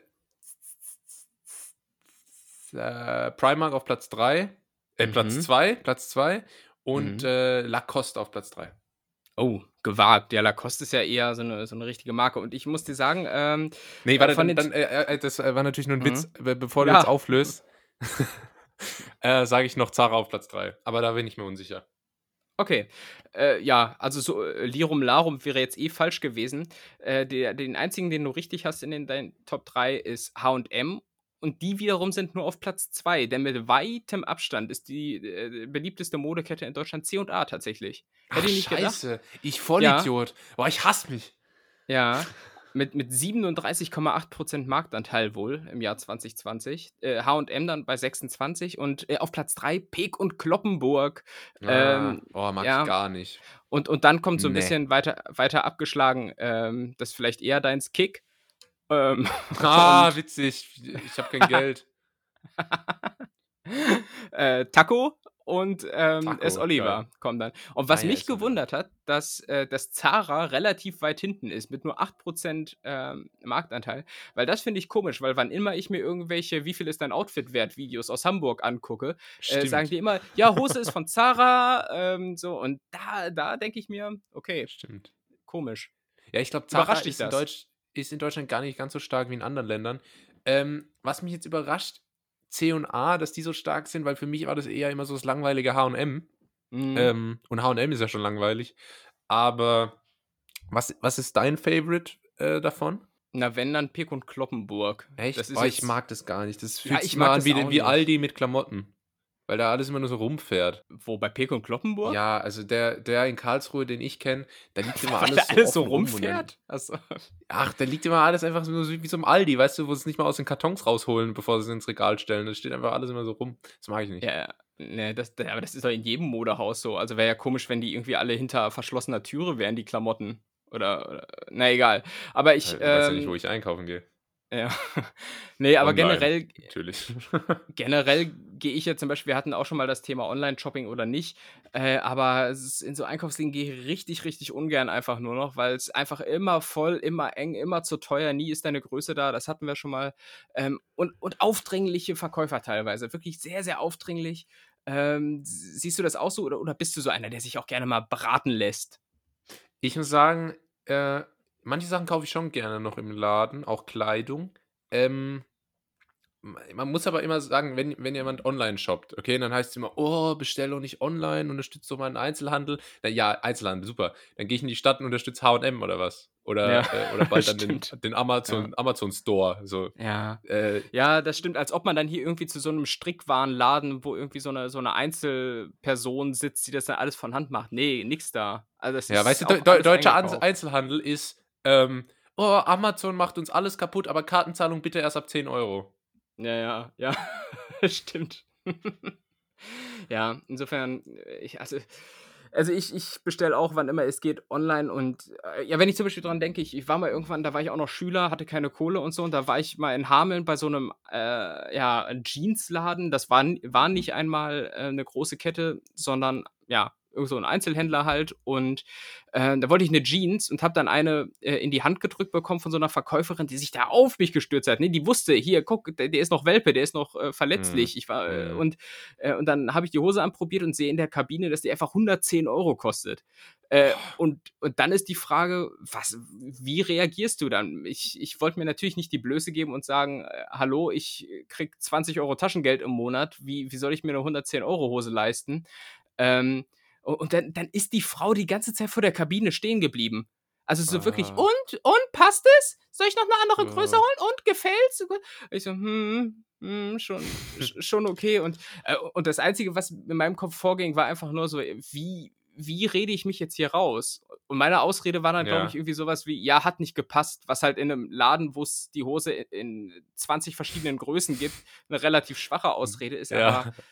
äh, Primark auf Platz drei. Äh, Platz Mhm. zwei. Platz zwei. Und Mhm. äh, Lacoste auf Platz drei. Oh, gewagt. Ja, Lacoste ist ja eher so eine, so eine richtige Marke. Und ich muss dir sagen, ähm, Nee, äh, warte, von dann, den. dann äh, äh, das äh, war natürlich nur ein Mhm. Witz. Be- Bevor du Ja. jetzt auflöst, äh, sage ich noch Zara auf Platz drei. Aber da bin ich mir unsicher. Okay. Äh, ja, also so äh, Lirum Larum wäre jetzt eh falsch gewesen. Äh, der, den einzigen, den du richtig hast in den deinen Top drei, ist H und M. Und die wiederum sind nur auf Platz zwei. Denn mit weitem Abstand ist die äh, beliebteste Modekette in Deutschland C und A tatsächlich. Hätte Ach, ich nicht gedacht. scheiße. Ich Vollidiot. Boah, ich hasse mich. Ja, mit, mit siebenunddreißig Komma acht Prozent Marktanteil wohl im Jahr zwanzig zwanzig. Äh, H und M dann bei sechsundzwanzig und äh, auf Platz drei Peek und Kloppenburg. Ah, Ähm, boah, mag ja, ich gar nicht. und, und dann kommt so ein Nee. bisschen weiter, weiter abgeschlagen, ähm, das ist vielleicht eher deins Kick. Ähm, Ah, und witzig. Ich habe kein Geld. äh, Taco und ähm, Taco, S. Oliver geil. kommen dann. Und was Ah, ja, mich S. Oliver. gewundert hat, dass äh, das Zara relativ weit hinten ist, mit nur acht Prozent ähm, Marktanteil. Weil das finde ich komisch, weil wann immer ich mir irgendwelche "Wie viel ist dein Outfit wert" Videos aus Hamburg angucke, äh, sagen Stimmt. die immer, ja, Hose ist von Zara, ähm, so. Und da, da denke ich mir, okay, Stimmt. komisch. Ja, ich glaube, Zara Überrascht dich ist in, das? Deutsch, ist in Deutschland gar nicht ganz so stark wie in anderen Ländern. Ähm, was mich jetzt überrascht, C und A, dass die so stark sind, weil für mich war das eher immer so das langweilige H und M. Mhm. Ähm, und H und M ist ja schon langweilig. Aber was, was ist dein Favorite äh, davon? Na, wenn, dann Peek und Kloppenburg. Echt? Das ist Boah, ich jetzt. mag das gar nicht. Das Ja, fühlt ich sich immer mag an das wie, auch wie nicht. Aldi mit Klamotten. Weil da alles immer nur so rumfährt. Wo, bei Peek und Kloppenburg? Ja, also der, der in Karlsruhe, den ich kenne, da liegt immer Weil alles da so alles so offen rum und dann- rumfährt? Achso. Ach, da liegt immer alles einfach so wie so im Aldi, weißt du, wo sie es nicht mal aus den Kartons rausholen, bevor sie es ins Regal stellen. Da steht einfach alles immer so rum. Das mag ich nicht. Ja, ja. Ne, das, ja, aber das ist doch in jedem Modehaus so. Also wäre ja komisch, wenn die irgendwie alle hinter verschlossener Türe wären, die Klamotten. Oder, oder na egal. Aber ich. Äh, Du weißt ja Ähm, nicht, wo ich einkaufen gehe. ja. Nee, aber Online, generell, Natürlich. generell gehe ich ja zum Beispiel, wir hatten auch schon mal das Thema Online-Shopping oder nicht, äh, aber es ist, in so Einkaufsläden gehe ich richtig, richtig ungern einfach nur noch, weil es einfach immer voll, immer eng, immer zu teuer, nie ist deine Größe da, das hatten wir schon mal. Ähm, und, und aufdringliche Verkäufer teilweise, wirklich sehr, sehr aufdringlich. Ähm, siehst du das auch so oder, oder bist du so einer, der sich auch gerne mal beraten lässt? Ich muss sagen, äh, manche Sachen kaufe ich schon gerne noch im Laden, auch Kleidung. Ähm, man muss aber immer sagen, wenn, wenn jemand online shoppt, okay, dann heißt es immer, oh, bestell doch nicht online, unterstützt doch mal einen Einzelhandel. Na ja, Einzelhandel, super. Dann gehe ich in die Stadt und unterstütze H und M oder was. Oder, Ja, äh, oder bald dann den, stimmt. den Amazon, Amazon Store. So. Ja. Äh, Ja, das stimmt, als ob man dann hier irgendwie zu so einem Strickwarenladen, wo irgendwie so eine so 'ne Einzelperson sitzt, die das dann alles von Hand macht. Ne, nix da. Also, das ja, ist weißt du, auch deu- deu- alles deutscher An- eingekauft. Einzelhandel ist, ähm, oh, Amazon macht uns alles kaputt, aber Kartenzahlung bitte erst ab zehn Euro. Ja, ja, ja, stimmt. Ja, insofern, äh, ich also also ich ich bestelle auch, wann immer es geht, online und, äh, ja, wenn ich zum Beispiel dran denke, ich ich war mal irgendwann, da war ich auch noch Schüler, hatte keine Kohle und so und da war ich mal in Hameln bei so einem äh, ja, Jeansladen. Das war n war nicht einmal, äh, 'ne große Kette, sondern, ja, irgend so 'n Einzelhändler halt und, äh, da wollte ich eine Jeans und habe dann eine, äh, in die Hand gedrückt bekommen von so einer Verkäuferin, die sich da auf mich gestürzt hat, ne? Die wusste: „Hier, guck, der der ist noch Welpe, der ist noch, äh, verletzlich." Ich war, äh Mhm. und äh, und dann habe ich die Hose anprobiert und sehe in der Kabine, dass die einfach hundertzehn Euro kostet. Äh, und und dann ist die Frage, was wie reagierst du dann? Ich ich wollte mir natürlich nicht die Blöße geben und sagen: „Äh, hallo, ich krieg zwanzig Euro Taschengeld im Monat. Wie wie soll ich mir eine hundertzehn Euro Hose leisten?" Ähm, u und dann dann ist die Frau die ganze Zeit vor der Kabine stehen geblieben. Also, so wirklich: Ah. „Und? Und, passt es? Soll ich noch eine andere Größe Ja. holen? Und, gefällt's?" Ich so: „Hm, hm, schon sch schon okay und äh, und das Einzige, was in meinem Kopf vorging, war einfach nur so, äh, wie wie rede ich mich jetzt hier raus? Und meine Ausrede war dann, glaube ich, Ja. irgendwie so was wie: „Ja, hat nicht gepasst“, was halt in 'nem Laden, wo's die Hose i in zwanzig verschiedenen Größen gibt, 'ne relativ schwache Ausrede ist, aber, Ja.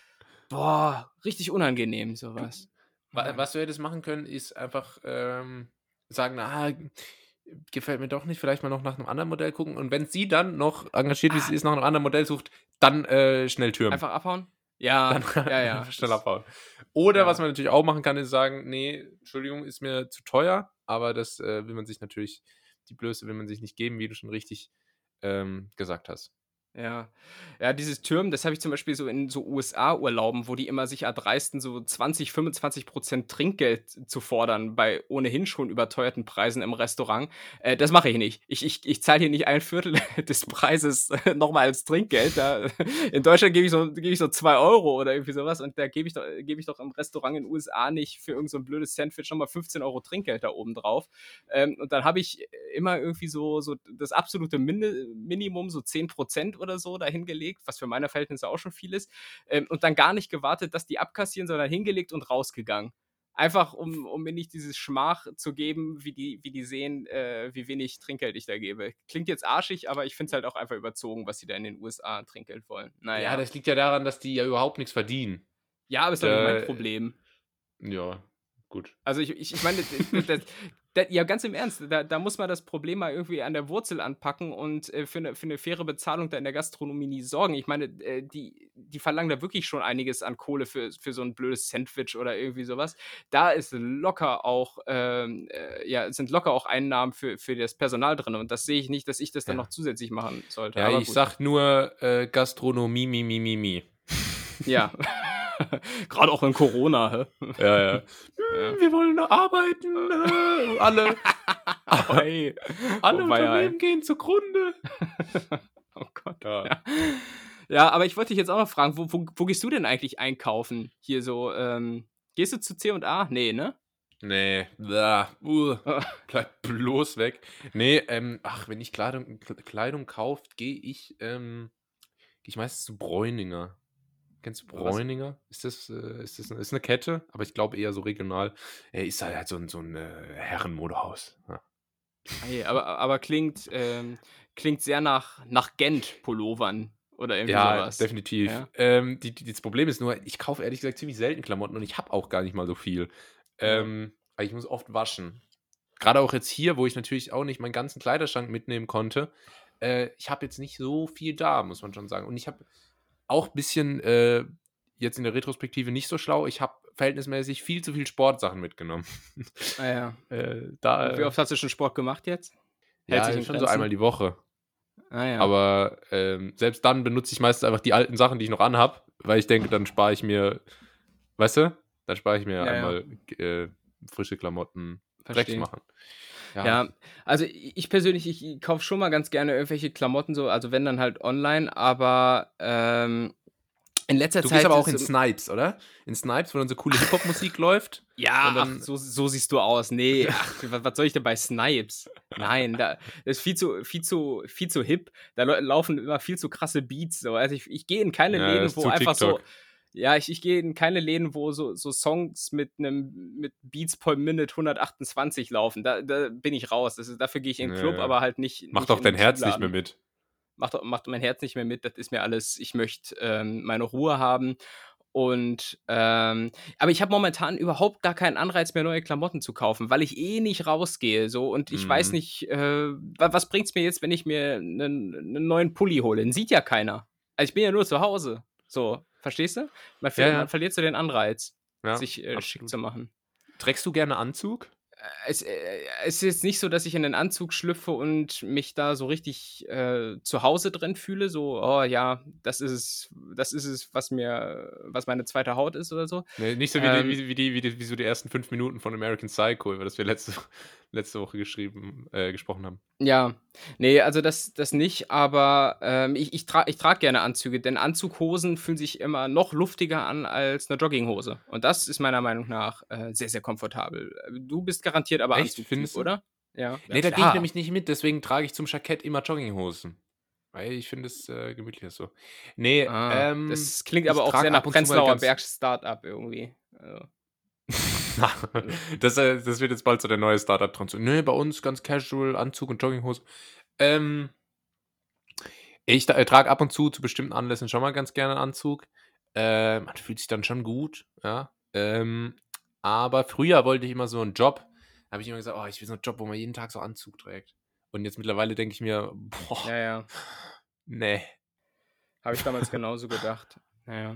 boah, richtig unangenehm so Du, was. wa Ja. was du hättest machen können, ist einfach, ähm, sagen: „Ah, gefällt mir doch nicht, vielleicht mal noch nach 'nem anderen Modell gucken.“ Und wenn sie dann noch, engagiert wie Ah, sie ist, nach 'nem anderen Modell sucht, dann, äh, schnell türmen. einfach abhauen? Dann Ja, ja, ja. einfach schnell Das abhauen. Oder was ja. man natürlich auch machen kann, ist sagen: „Ne, Entschuldigung, ist mir zu teuer“, aber das, äh, will man sich natürlich die Blöße will man sich nicht geben, wie du schon richtig, ähm, gesagt hast. Ja. Ja, dieses Türmen, das habe ich zum Beispiel so in so U S A-Urlauben, wo die immer sich erdreisten, so zwanzig, fünfundzwanzig Prozent Trinkgeld zu fordern bei ohnehin schon überteuerten Preisen im Restaurant. Äh, das mache ich nicht. Ich ich ich zahle hier nicht ein Viertel des Preises noch mal als Trinkgeld. Da in Deutschland gebe ich so gebe ich so zwei Euro oder irgendwie so was und da gebe ich doch gebe ich doch im Restaurant in U S A nicht für irgend so 'n blödes Sandwich noch mal fünfzehn Euro Trinkgeld da oben drauf. Ähm, und dann habe ich immer irgendwie so so das absolute Minde Minimum, so zehn Prozent oder so dahingelegt, was für meine Verhältnisse auch schon viel ist, ähm, und dann gar nicht gewartet, dass die abkassieren, sondern hingelegt und rausgegangen. Einfach, um um mir nicht dieses Schmach zu geben, wie die wie die sehen, äh, wie wenig Trinkgeld ich da gebe. Klingt jetzt arschig, aber ich finde es halt auch einfach überzogen, was sie da in den U S A an Trinkgeld wollen. Na Ja, ja. das liegt ja daran, dass die ja überhaupt nix verdienen. Ja, aber ist doch nicht mein Da Problem. ja, gut. Also, ich ich ich meine, d d d ja, ganz im Ernst, da da muss man das Problem mal irgendwie an der Wurzel anpacken und, äh, für 'ne für 'ne faire Bezahlung da in der Gastronomie nie sorgen. Ich meine, äh, die die verlangen da wirklich schon einiges an Kohle für für so 'n blödes Sandwich oder irgendwie so was. Da ist locker auch, ähm, äh ja, sind locker auch Einnahmen für für das Personal drin und das sehe ich nicht, dass ich das dann noch Ja. zusätzlich machen sollte, Ja, aber ich gut. sage nur, äh, Gastronomie, mi, mi, mi, mi. Ja. Grad auch in Corona, hä? Ja, ja. Ja. „Hm, wir wollen noch arbeiten, äh, alle Oh, hey. alle Oh, weia, ey. Unternehmen gehen zugrunde.“ Oh Gott, Ja. ja. Ja, aber ich wollte dich jetzt auch noch fragen, wo wo wo gehst du denn eigentlich einkaufen? Hier so, ähm gehst du zu C und A? Ne, ne? Ne, uh, bleib bloß weg. Ne, ähm, ach, wenn ich Kleidung K Kleidung kaufe, gehe ich, ähm gehe ich meistens zu Bräuninger. Kennst du Was Bräuninger? Ist das, äh ist das 'ne ist 'ne Kette, aber ich glaube eher so regional. Äh, ist halt halt so 'n so 'n, äh, Herrenmodehaus, ja. Ei, aber aber klingt, ähm klingt sehr nach nach Gent-Pullovern oder irgendwie so Ja, was. definitiv. Ja? Ähm, die die das Problem ist nur, ich kaufe ehrlich gesagt ziemlich selten Klamotten und ich habe auch gar nicht mal so viel. Ja. Ähm, weil ich muss oft waschen. Grade auch jetzt hier, wo ich natürlich auch nicht meinen ganzen Kleiderschrank mitnehmen konnte. Äh, ich habe jetzt nicht so viel da, muss man schon sagen. Und ich habe auch bisschen, äh, jetzt in der Retrospektive nicht so schlau, ich habe verhältnismäßig viel zu viel Sportsachen mitgenommen. Ah ja. Äh, Und wie da oft hast du schon Sport gemacht jetzt? Hält sich Ja, in schon so Grenzen? einmal die Woche. Ah ja. Aber, ähm, selbst dann benutze ich meistens einfach die alten Sachen, die ich noch anhabe, weil ich denke, dann spare ich mir weißt du? Dann spare ich mir Ja, ja. einmal, äh, frische Klamotten dreckig Verstehe. machen. Ja. Ja, also i ich persönlich, ich kaufe schon mal ganz gerne irgendwelche Klamotten so, also wenn dann halt online, aber, ähm, in letzter Du gehst Zeit aber auch ist in so Snipes, oder? In Snipes, wo dann so coole Hip-Hop-Musik läuft Ja, und ach, dann so so siehst du aus. Ne, ach, wa was soll ich denn bei Snipes? Nein, da das ist viel zu viel zu viel zu hip. Da lau laufen immer viel zu krasse Beats so. Also, ich ich gehe in keine Ja, Läden, ist wo zu einfach so TikTok. ja, ich ich gehe in keine Läden, wo so so Songs mit 'nem mit Beats per Minute hundertachtundzwanzig laufen. Da da bin ich raus. Das ist dafür gehe ich in 'n Ja, Club, ja. aber halt nicht Macht nicht auch in 'nen dein Herz nicht mehr Schuhladen. mit. Macht doch macht mein Herz nicht mehr mit. Das ist mir alles ich möchte, ähm, meine Ruhe haben und, ähm aber ich habe momentan überhaupt gar keinen Anreiz mehr, neue Klamotten zu kaufen, weil ich eh nicht rausgehe so und ich weiß Mhm. nicht, äh, wa was bringt's mir jetzt, wenn ich mir 'nen 'nen neuen Pulli hole? Den sieht ja keiner. Also, ich bin ja nur zu Hause. So, verstehst du? Man Ja, ver man ja. verliert so den Anreiz, Ja, sich, äh, schick absolut. zu machen. Trägst du gerne Anzug? Äh, es äh, es ist jetzt nicht so, dass ich in 'nen Anzug schlüpfe und mich da so richtig, äh, zu Hause drin fühle, so: „Oh ja, das ist es das ist es, was mir was meine zweite Haut ist“ oder so. Ne, nicht so wie die Ähm wie wie die wie die wie so die ersten fünf Minuten von American Psycho, über das wir letzte letzte Woche geschrieben äh, gesprochen haben. Ja, ne, also das das nicht, aber, ähm, ich ich tra ich trage gerne Anzüge, denn Anzughosen fühlen sich immer noch luftiger an als 'ne Jogginghose. Und das ist meiner Meinung nach, äh, sehr, sehr komfortabel. Äh, du bist garantiert aber Echt, Anzugtyp, findest du? oder? Ja, ja Ne, da gehe ich klar. nämlich nicht mit, deswegen trage ich zum Jackett immer Jogginghosen. Weil ich finde es äh, gemütlicher so. Nee, Ah, ähm, das klingt ich aber auch trage sehr nach ab und zu mal Prenzlauer ganz. Berg Startup irgendwie. Also, also, das, äh, das wird jetzt bald so der neue Startup-Trend. So, nee, bei uns ganz casual, Anzug und Jogginghose. Ähm, ich äh, trage ab und zu zu bestimmten Anlässen schon mal ganz gerne einen Anzug. Äh, man fühlt sich dann schon gut, ja. Ähm, aber früher wollte ich immer so einen Job. Da habe ich immer gesagt, oh, ich will so einen Job, wo man jeden Tag so Anzug trägt. Und jetzt mittlerweile denke ich mir, boah, ja, ja. nee. Habe ich damals genauso gedacht. Naja.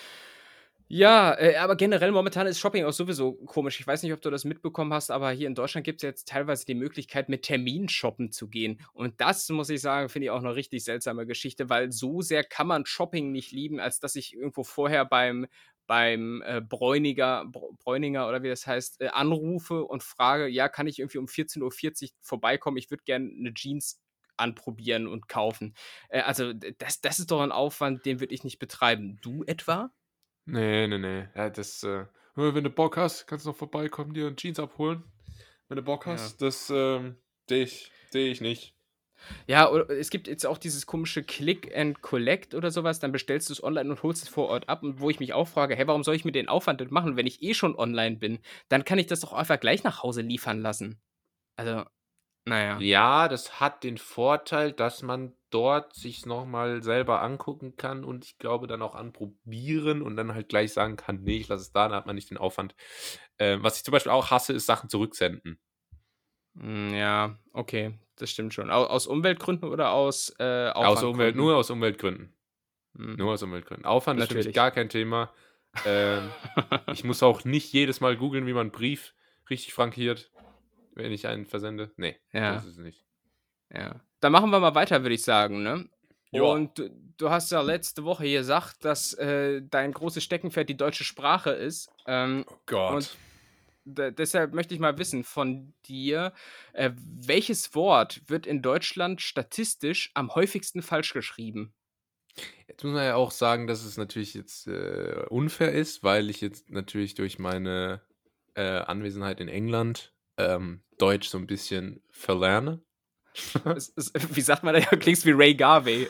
Ja, äh, aber generell momentan ist Shopping auch sowieso komisch. Ich weiß nicht, ob du das mitbekommen hast, aber hier in Deutschland gibt es jetzt teilweise die Möglichkeit, mit Termin shoppen zu gehen. Und das, muss ich sagen, finde ich auch eine richtig seltsame Geschichte, weil so sehr kann man Shopping nicht lieben, als dass ich irgendwo vorher beim, beim äh, Bräuniger, Br- Bräuninger oder wie das heißt, äh, anrufe und frage, ja, kann ich irgendwie um vierzehn Uhr vierzig vorbeikommen? Ich würde gerne eine Jeans anprobieren und kaufen. Äh, also d- das, das ist doch ein Aufwand, den würde ich nicht betreiben. Du etwa? Nee, nee, nee. Ja, das, äh, wenn du Bock hast, kannst du noch vorbeikommen, dir Jeans abholen. Wenn du Bock Ja. hast, das ähm, sehe ich, seh ich nicht. Ja, oder es gibt jetzt auch dieses komische Click and Collect oder sowas, dann bestellst du es online und holst es vor Ort ab und wo ich mich auch frage, hey, warum soll ich mir den Aufwand denn machen, wenn ich eh schon online bin? Dann kann ich das doch einfach gleich nach Hause liefern lassen. Also, naja. Ja, das hat den Vorteil, dass man dort sich's noch mal selber angucken kann und ich glaube dann auch anprobieren und dann halt gleich sagen kann: „Ne, ich lasse es da“, dann hat man nicht den Aufwand. Ähm, was ich zum Beispiel auch hasse, ist Sachen zurücksenden. Hm, ja, okay, das stimmt schon. Au aus Umweltgründen oder aus, äh, Aus Umwelt Aufwandgründen? nur aus Umweltgründen. Hm, Nur aus Umweltgründen. Aufwand ist für mich natürlich. gar kein Thema. Ähm, ich muss auch nicht jedes Mal googeln, wie man 'n Brief richtig frankiert, wenn ich einen versende. Ne, so ist Ja, es nicht. ja. Dann machen wir mal weiter, würde ich sagen, ne? Ja. Und du du hast ja letzte Woche gesagt, dass, äh, dein großes Steckenpferd die deutsche Sprache ist. Ähm, Oh und Gott. de deshalb möchte ich mal wissen von dir, äh, welches Wort wird in Deutschland statistisch am häufigsten falsch geschrieben? Jetzt muss man ja auch sagen, dass es natürlich jetzt, äh, unfair ist, weil ich jetzt natürlich durch meine, äh, Anwesenheit in England, ähm, Deutsch so 'n bisschen verlerne. Es es wie sagt man da? Ja, klingst wie Ray Garvey.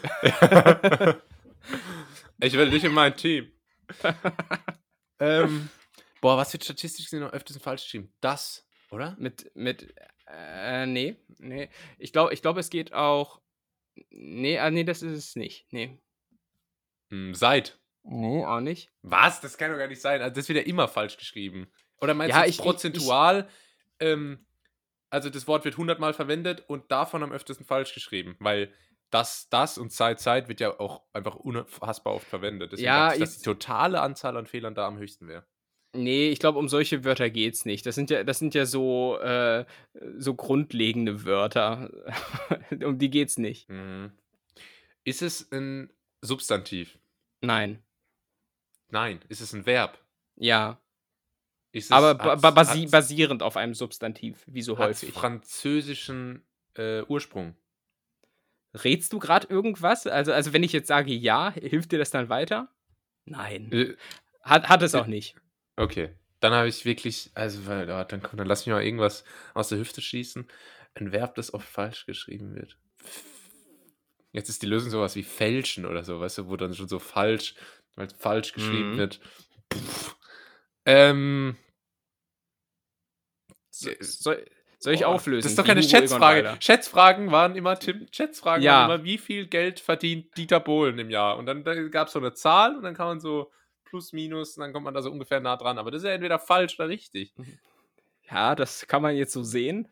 Ich will dich in mein Team. Ähm, boah, was wird statistisch gesehen am öftesten falsch geschrieben? Das, oder? Mit mit äh, ne, ne. Ich glaube ich glaube, es geht auch ne, ah, ne, das ist es nicht. Ne. Hm, seit. Ne, auch nicht. Was? Das kann doch gar nicht sein. Also, das wird ja immer falsch geschrieben. Oder meinst du Ja, jetzt ich ich ich prozentual, ähm, also das Wort wird hundert Mal verwendet und davon am öftesten falsch geschrieben, weil das, das und Zeit, Zeit wird ja auch einfach unfassbar oft verwendet. Deswegen dachte ja, ich, dass die jetzt totale Anzahl an Fehlern da am höchsten wäre. ne, ich glaube, um solche Wörter geht's nicht. Das sind ja das sind ja so, äh so grundlegende Wörter. Um die geht's nicht. Mhm. Ist es ein Substantiv? Nein. Nein. Ist es ein Verb? Ja. Ist Aber es, ba ba hat's, basi hat's, basierend auf einem Substantiv, wie so hat's häufig. französischen äh, Ursprung? Rätst du grad irgendwas? Also also, wenn ich jetzt sage ja, hilft dir das dann weiter? Nein. Äh, Hat hat es äh, auch nicht. okay. Dann habe ich wirklich, also, weil, ja, dann komm, dann lass mich mal irgendwas aus der Hüfte schießen. Ein Verb, das oft falsch geschrieben wird. Jetzt ist die Lösung sowas wie fälschen oder so, weißt du, wo dann schon so falsch, weil es falsch geschrieben Mhm. wird. Pff. Ähm, So äh, soll soll ich boah, das auflösen, ist doch wie keine Hugo Egon Schätzfrage. Balder? Schätzfragen waren immer, Tim, Schätzfragen waren Ja. immer, wie viel Geld verdient Dieter Bohlen im Jahr? Und dann da gab es so eine Zahl und dann kann man so plus, minus und dann kommt man da so ungefähr nah dran. Aber das ist ja entweder falsch oder richtig. Mhm. Ja, das kann man jetzt so sehen.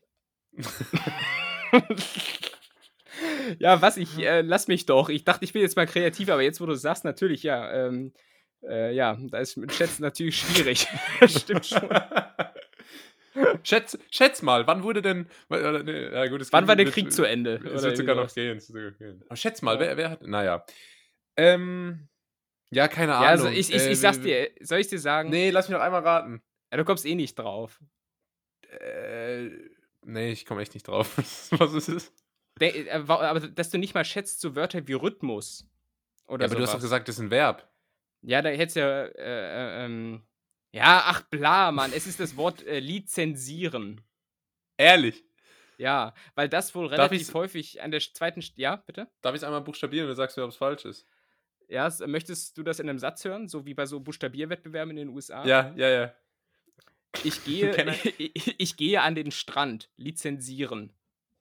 Ja, was ich äh, lass mich doch. Ich dachte, ich bin jetzt mal kreativ, aber jetzt, wo du sagst, natürlich, ja, ähm, äh, ja, da ist mit Schätzen natürlich schwierig. Das stimmt schon. Schätz, schätz mal, wann wurde denn. Oder, nee, ja gut, es Wann war der wird, Krieg zu Ende? Es Oder wird irgendwie sogar noch sowas. gehen. Es wird sogar gehen. Aber schätz mal, Ja. wer, wer hat. Naja. Ähm, ja, keine Ja, also Ahnung. ich, ich, Äh, ich sag's wir- dir, soll ich dir sagen? nee, lass mich noch einmal raten. Ja, du kommst eh nicht drauf. Äh, nee, ich komme echt nicht drauf. Was ist es? De äh, wa aber dass du nicht mal schätzt, so Wörter wie Rhythmus oder Ja, aber du hast doch sowas. gesagt, das ist ein Verb. Ja, da hättest ja, äh, äh, ähm ja, ach bla, Mann, es ist das Wort, äh, lizenzieren. Ehrlich. Ja, weil das wohl Darf relativ ich's häufig an der sch- zweiten. St- Ja, bitte? darf ich's einmal buchstabieren und du sagst mir, ob's falsch ist? Ja, s- möchtest du das in einem Satz hören, so wie bei so Buchstabierwettbewerben in den U S A? Ja, ja, ja. Ich gehe, Can I ich, ich gehe an den Strand. Lizenzieren.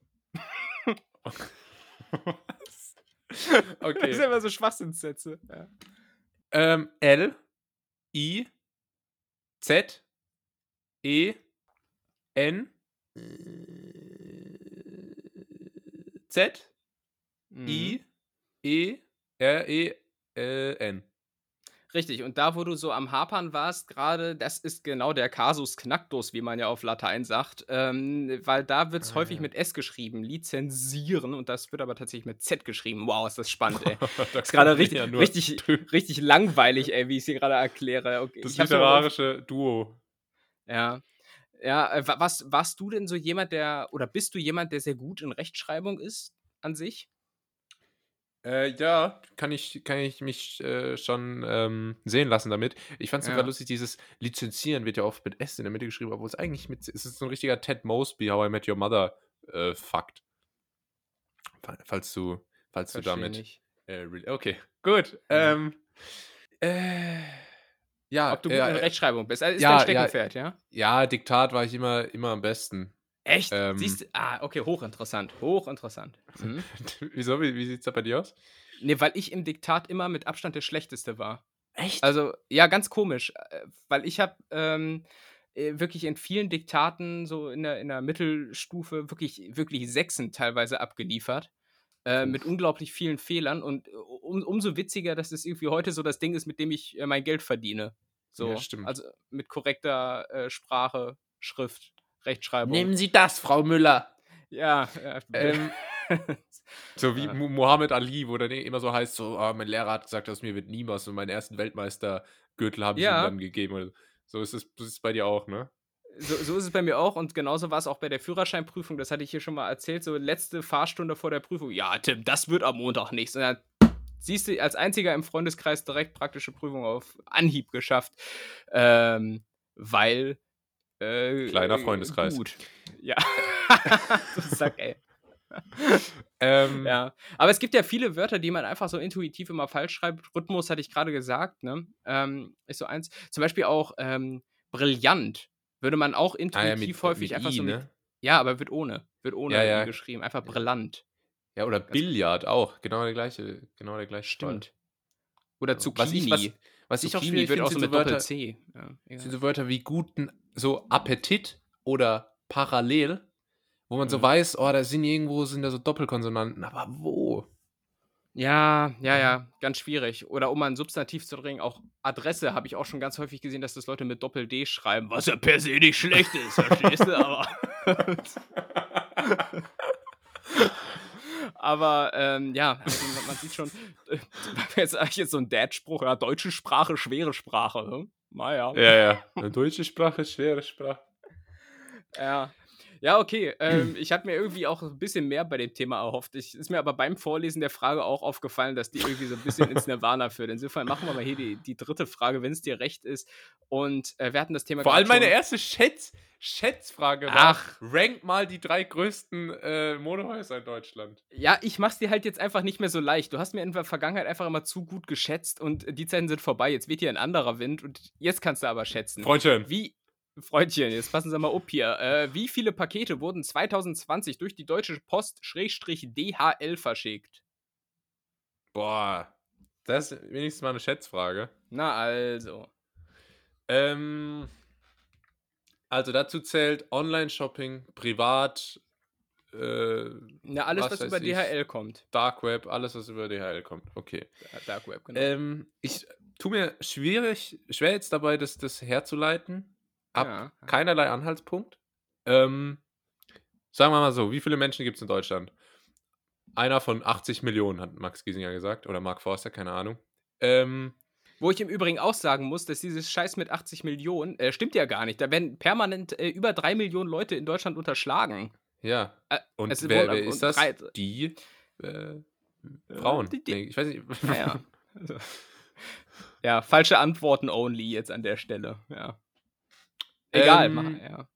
Was? Das sind Okay. immer so Schwachsinnssätze. Ja. Ähm, L, I, Z, E, N, Z, Mhm. I, E, R, E, äh, N. Richtig, und da, wo du so am Hapern warst gerade, das ist genau der Kasus Knacktus, wie man ja auf Latein sagt, ähm, weil da wird es Ah, häufig ja. mit S geschrieben, lizenzieren, und das wird aber tatsächlich mit Z geschrieben. Wow, ist das spannend, ey. Da Ist gerade können wir richtig, ja nur richtig, drü- richtig langweilig, ey, wie ich es hier gerade erkläre. Okay, Das ich hab's mir aber auf, literarische Duo. ja. Ja, äh, wa- was, warst du denn so jemand, der, oder bist du jemand, der sehr gut in Rechtschreibung ist an sich? Äh, ja, kann ich, kann ich mich äh, schon ähm, sehen lassen damit. Ich fand es sogar Ja. lustig, dieses Lizenzieren wird ja oft mit S in der Mitte geschrieben, obwohl es eigentlich mit, es ist so ein richtiger Ted Mosby, How I Met Your Mother äh, Fakt. Fa- Falls du, falls du Verstehe damit. nicht. Äh, re- okay, gut. Ja. Ähm, äh, ja, Ob du gut in äh, Rechtschreibung bist. Also ist ja, dein ja, Steckenpferd, ja? ja, Diktat war ich immer, immer am besten. Echt? Ähm, Siehst du? Ah, okay, hochinteressant. Hochinteressant. Mhm. Wieso? Wie, wie sieht es da bei dir aus? Ne, weil ich im Diktat immer mit Abstand der Schlechteste war. Echt? Also, ja, ganz komisch, äh, weil ich habe, ähm, äh, wirklich in vielen Diktaten so in der in der Mittelstufe wirklich wirklich Sechsen teilweise abgeliefert, äh, mit Uff. unglaublich vielen Fehlern, und äh, um umso witziger, dass es irgendwie heute so das Ding ist, mit dem ich, äh, mein Geld verdiene. Ja, So, stimmt. also mit korrekter, äh, Sprache, Schrift, Rechtschreibung. Nehmen Sie das, Frau Müller. Ja, ja. Ähm, So wie Ja. Mu- Muhammad Ali, wo dann immer so heißt, so, ah, mein Lehrer hat gesagt, aus mir wird nie was und meinen ersten Weltmeistergürtel habe ich ihm Ja. dann gegeben. Oder so. So ist es, das ist bei dir auch, ne? So, so ist es bei mir auch, und genauso war es auch bei der Führerscheinprüfung. Das hatte ich hier schon mal erzählt. So letzte Fahrstunde vor der Prüfung. Ja, Tim, das wird am Montag nichts. Und dann siehst du als einziger im Freundeskreis direkt praktische Prüfung auf Anhieb geschafft. Ähm, weil. Äh, Kleiner äh, Freundeskreis. Gut. Ja. Du Sack, ey. Ähm, Ja, aber es gibt ja viele Wörter, die man einfach so intuitiv immer falsch schreibt. Rhythmus hatte ich gerade gesagt, ne? Ähm, ist so eins. Zum Beispiel auch ähm, brillant würde man auch ah ja, intuitiv mit, häufig mit einfach I, so mit. ne? Ja, aber wird ohne. Wird ohne Ja, I ja. geschrieben. Einfach brillant. Ja, oder Ganz- Billard auch. Genau der gleiche, genau der gleiche Fall. Stimmt. Oder So. Was ich, Zucchini. was, was ich auch Zucchini schwierig wird finde, auch so sind, mit so Wörter, Doppel-C. Ja, egal. sind so Wörter wie guten, so Appetit oder parallel, wo man so Mhm. weiß, oh, da sind irgendwo sind da so Doppelkonsonanten, aber wo? Ja, ja, Mhm. ja, ganz schwierig. Oder um mal ein Substantiv zu bringen, auch Adresse habe ich auch schon ganz häufig gesehen, dass das Leute mit Doppel-D schreiben, was ja per se nicht schlecht ist, verstehst du? Aber, aber ähm, ja, also man, man sieht schon, äh, jetzt eigentlich jetzt so ein Dad-Spruch, ja, deutsche Sprache, schwere Sprache. Hm? Naja. Ja, ja. Eine deutsche Sprache, schwere Sprache. Ja. Ja, okay. Ähm, ich hatte mir irgendwie auch ein bisschen mehr bei dem Thema erhofft. Ich, ist mir aber beim Vorlesen der Frage auch aufgefallen, dass die irgendwie so ein bisschen ins Nirvana führt. Insofern machen wir mal hier die, die dritte Frage, wenn es dir recht ist. Und äh, wir hatten das Thema Vor grad allem meine schon- erste Schätz Schätzfrage war, Ach. rank mal die drei größten äh, Modehäuser in Deutschland. Ja, ich mach's dir halt jetzt einfach nicht mehr so leicht. Du hast mir in der Vergangenheit einfach immer zu gut geschätzt, und die Zeiten sind vorbei. Jetzt weht hier ein anderer Wind, und jetzt kannst du aber schätzen. Freundchen. Wie, Freundchen, jetzt passen Sie mal auf hier. Äh, wie viele Pakete wurden zwanzig zwanzig durch die Deutsche Post D H L verschickt? Boah. Das ist wenigstens mal eine Schätzfrage. Na also. Ähm, also dazu zählt Online-Shopping, privat, äh, Na, alles, Was was, weiß über ich. D H L kommt. Dark Web, alles, was über D H L kommt. Okay. Ja, Dark Web, genau. Ähm, ich tue mir schwierig, schwer jetzt dabei, das, das herzuleiten. Ab Ja. keinerlei Anhaltspunkt. Ähm, sagen wir mal so, wie viele Menschen gibt es in Deutschland? Einer von achtzig Millionen, hat Max Giesinger gesagt. Oder Mark Forster, keine Ahnung. Ähm, Wo ich im Übrigen auch sagen muss, dass dieses Scheiß mit achtzig Millionen, äh, stimmt ja gar nicht. Da werden permanent äh, über drei Millionen Leute in Deutschland unterschlagen. ja. Äh, Und es wer, wurden- wer und ist das? drei- Die äh, Frauen. die- die- Nee, ich weiß nicht. Naja. Also, ja, falsche Antworten only jetzt an der Stelle. Ja. Egal, Ähm, mach, ja.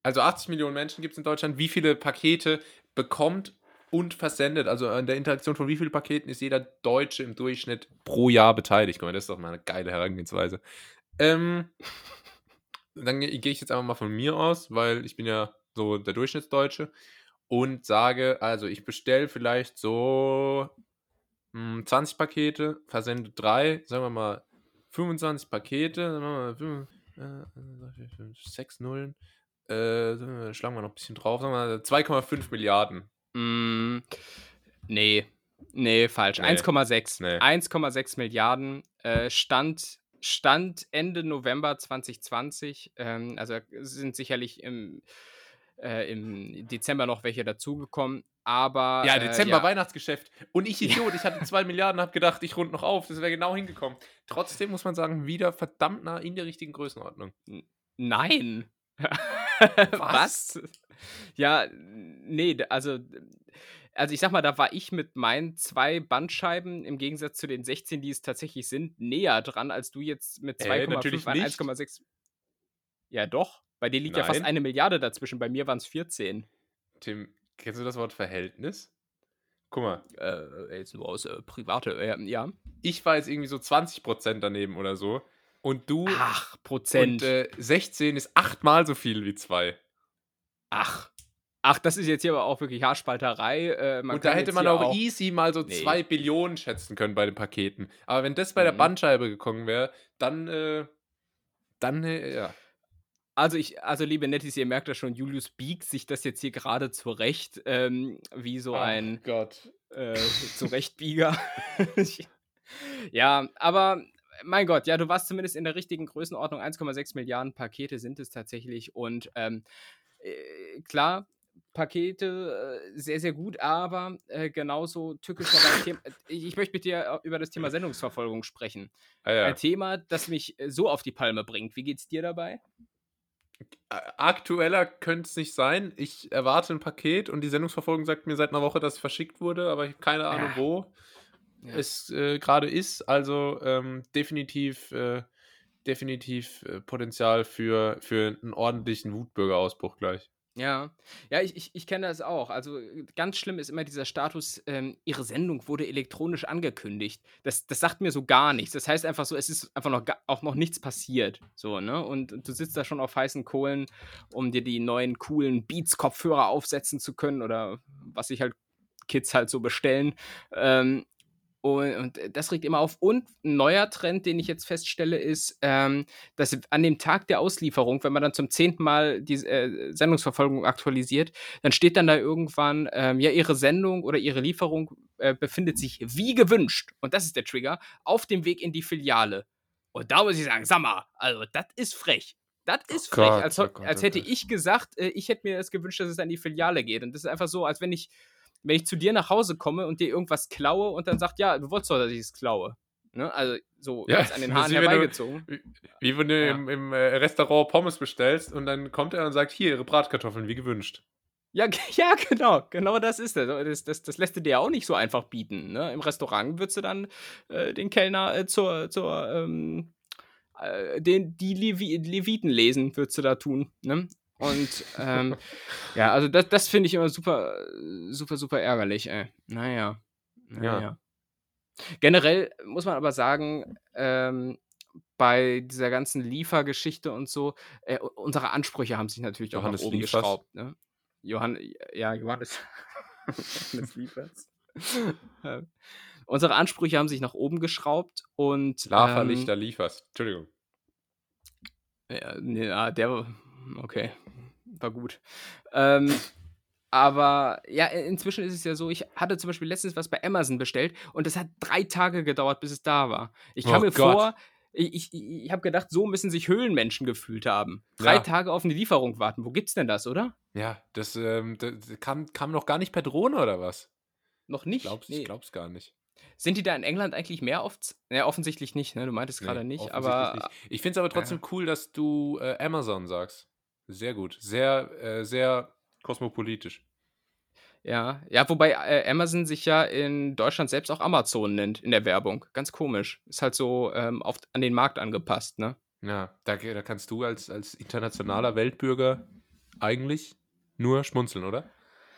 Also achtzig Millionen Menschen gibt es in Deutschland. Wie viele Pakete bekommt und versendet? Also an der Interaktion von wie vielen Paketen ist jeder Deutsche im Durchschnitt pro Jahr beteiligt? Guck mal, das ist doch mal eine geile Herangehensweise. Ähm, dann ge- gehe ich jetzt einfach mal von mir aus, weil ich bin ja so der Durchschnittsdeutsche und sage, also ich bestelle vielleicht so mh, zwanzig Pakete, versende drei, sagen wir mal fünfundzwanzig Pakete, sagen wir mal fünf, äh, sechs Nullen, äh, sagen wir, schlagen wir noch ein bisschen drauf, sagen wir mal zwei Komma fünf Milliarden. Mm, nee, nee, falsch. Nee. eins Komma sechs. Nee. eins Komma sechs Milliarden. Äh, Stand, Stand Ende November zwanzig zwanzig. Ähm, also sind sicherlich im, äh, im Dezember noch welche dazugekommen. Aber. Ja, äh, Dezember, ja. Weihnachtsgeschäft. Und ich Idiot, ich hatte zwei Milliarden, hab gedacht, ich rund noch auf, das wäre genau hingekommen. Trotzdem muss man sagen, wieder verdammt nah in der richtigen Größenordnung. Nein. Was? Ja, nee, d- also, also ich sag mal, da war ich mit meinen zwei Bandscheiben im Gegensatz zu den sechzehn, die es tatsächlich sind, näher dran, als du jetzt mit Äh, zwei Komma natürlich fünf an nicht. eins Komma sechs. Ja, doch. Bei dir liegt ja fast Nein. eine Milliarde dazwischen. Bei mir waren es vierzehn. Tim, kennst du das Wort Verhältnis? Guck mal, Äh, jetzt nur aus äh, private, äh, ja. ich war jetzt irgendwie so zwanzig Prozent daneben oder so. Und du Ach, Prozent. und äh, sechzehn ist achtmal so viel wie zwei. Ach. Ach, das ist jetzt hier aber auch wirklich Haarspalterei. Äh, man Und da kann hätte jetzt man hier auch easy mal so Nee. zwei Billionen schätzen können bei den Paketen. Aber wenn das bei der Mhm. Bandscheibe gekommen wäre, dann, äh, dann, äh, ja. Also ich, also liebe Nettis, ihr merkt das schon, Julius biegt sich das jetzt hier gerade zurecht, ähm, wie so ein Gott. äh, Zurechtbieger. Ja, aber mein Gott, ja, du warst zumindest in der richtigen Größenordnung. eins Komma sechs Milliarden Pakete sind es tatsächlich. Und ähm, äh, klar, Pakete äh, sehr, sehr gut, aber äh, genauso tückisch dabei. Thema, ich, ich möchte mit dir über das Thema Sendungsverfolgung sprechen. Ah, ja. Ein Thema, das mich äh, so auf die Palme bringt. Wie geht's dir dabei? Aktueller könnte es nicht sein. Ich erwarte ein Paket und die Sendungsverfolgung sagt mir seit einer Woche, dass es verschickt wurde, aber ich habe keine Ahnung, Ah. wo Ja. es äh, gerade ist. Also ähm, definitiv, äh, definitiv äh, Potenzial für, für einen ordentlichen Wutbürgerausbruch gleich. Ja, ja, ich, ich, ich kenne das auch. Also ganz schlimm ist immer dieser Status, ähm, ihre Sendung wurde elektronisch angekündigt. Das, das sagt mir so gar nichts. Das heißt einfach so, es ist einfach noch ga- auch noch nichts passiert. So, ne? Und, und du sitzt da schon auf heißen Kohlen, um dir die neuen coolen Beats-Kopfhörer aufsetzen zu können oder was sich halt Kids halt so bestellen. Ähm, und, und das regt immer auf. Und ein neuer Trend, den ich jetzt feststelle, ist, ähm, dass an dem Tag der Auslieferung, wenn man dann zum zehnten Mal die äh, Sendungsverfolgung aktualisiert, dann steht dann da irgendwann, ähm, ja, Ihre Sendung oder Ihre Lieferung äh, befindet sich wie gewünscht, und das ist der Trigger, auf dem Weg in die Filiale. Und da muss ich sagen, sag mal, also das ist frech. Das ist frech. Gott, als oh Gott, als oh hätte Gott. ich gesagt, äh, ich hätte mir das gewünscht, dass es an die Filiale geht. Und das ist einfach so, als wenn ich wenn ich zu dir nach Hause komme und dir irgendwas klaue und dann sagt, ja, du wolltest doch, dass ich es klaue. Ne? Also so Ja, ganz an den das ist Haaren wie wenn du- herbeigezogen. Wie, wie wenn du Ja. im, im äh, Restaurant Pommes bestellst und dann kommt er und sagt, hier, Ihre Bratkartoffeln, wie gewünscht. Ja, g- ja, genau, genau das ist es. Das, das, das lässt du dir ja auch nicht so einfach bieten. Ne? Im Restaurant würdest du dann äh, den Kellner äh, zur, zur ähm, äh, den, die Levi Leviten lesen, würdest du da tun. Ne? Und ähm, ja, also das, das finde ich immer super, super, super ärgerlich, ey. Naja. Naja. Generell muss man aber sagen, ähm, bei dieser ganzen Liefergeschichte und so, äh, u- unsere Ansprüche haben sich natürlich auch Johannes nach oben Liefers. geschraubt. Ne? Johann, ja, Johannes, Johannes Liefers. Äh, unsere Ansprüche haben sich nach oben geschraubt und Laferlichter ähm, Liefers. Entschuldigung. ja, nee, ah, der war, okay, war gut. Ähm, aber ja, i- inzwischen ist es ja so, ich hatte zum Beispiel letztens was bei Amazon bestellt und es hat drei Tage gedauert, bis es da war. Ich kam Oh mir Gott. vor, ich, ich, ich habe gedacht, so müssen sich Höhlenmenschen gefühlt haben. Drei Ja. Tage auf eine Lieferung warten. Wo gibt's denn das, oder? Ja, das, ähm, das kam, kam noch gar nicht per Drohne oder was? Noch Ich nicht? glaub's, Nee. ich glaub's gar nicht. Sind die da in England eigentlich mehr oft? Ja, offensichtlich nicht, ne? Du meintest Nee, gerade nicht, offensichtlich aber nicht. Ich finde es aber trotzdem cool, dass du äh, Amazon sagst. Sehr gut. Sehr, äh, sehr kosmopolitisch. ja, ja, wobei äh, Amazon sich ja in Deutschland selbst auch Amazon nennt in der Werbung. Ganz komisch. Ist halt so ähm, auf, an den Markt angepasst, ne? Ja, da, da kannst du als, als internationaler Weltbürger eigentlich nur schmunzeln, oder?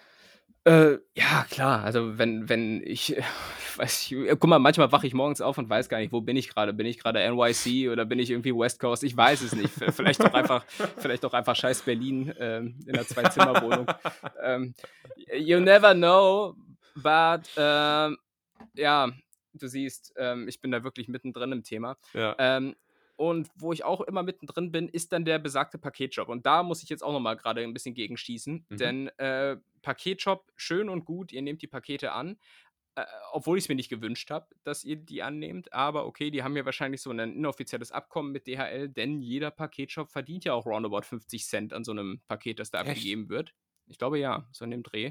Äh, ja, klar. Also, wenn wenn ich ich weiß nicht, guck mal, manchmal wache ich morgens auf und weiß gar nicht, wo bin ich gerade? Bin ich gerade N Y C oder bin ich irgendwie West Coast? Ich weiß es nicht. V vielleicht doch einfach vielleicht doch einfach scheiß Berlin, ähm, in 'ner Zwei-Zimmer-Wohnung. Ähm, you never know, but, ähm, ja, du siehst, ähm, ich bin da wirklich mittendrin im Thema. Ja. Ähm, und wo ich auch immer mittendrin bin, ist dann der besagte Paketshop. Und da muss ich jetzt auch noch mal grade 'n bisschen gegenschießen, Mhm. denn, äh, Paketshop, schön und gut, ihr nehmt die Pakete an, äh, obwohl ich's mir nicht gewünscht habe, dass ihr die annehmt. Aber okay, die haben ja wahrscheinlich so 'nen inoffizielles Abkommen mit D H L, denn jeder Paketshop verdient ja auch roundabout fünfzig Cent an so 'nem Paket, das da Echt? abgegeben wird. Ich glaube ja, so in dem Dreh.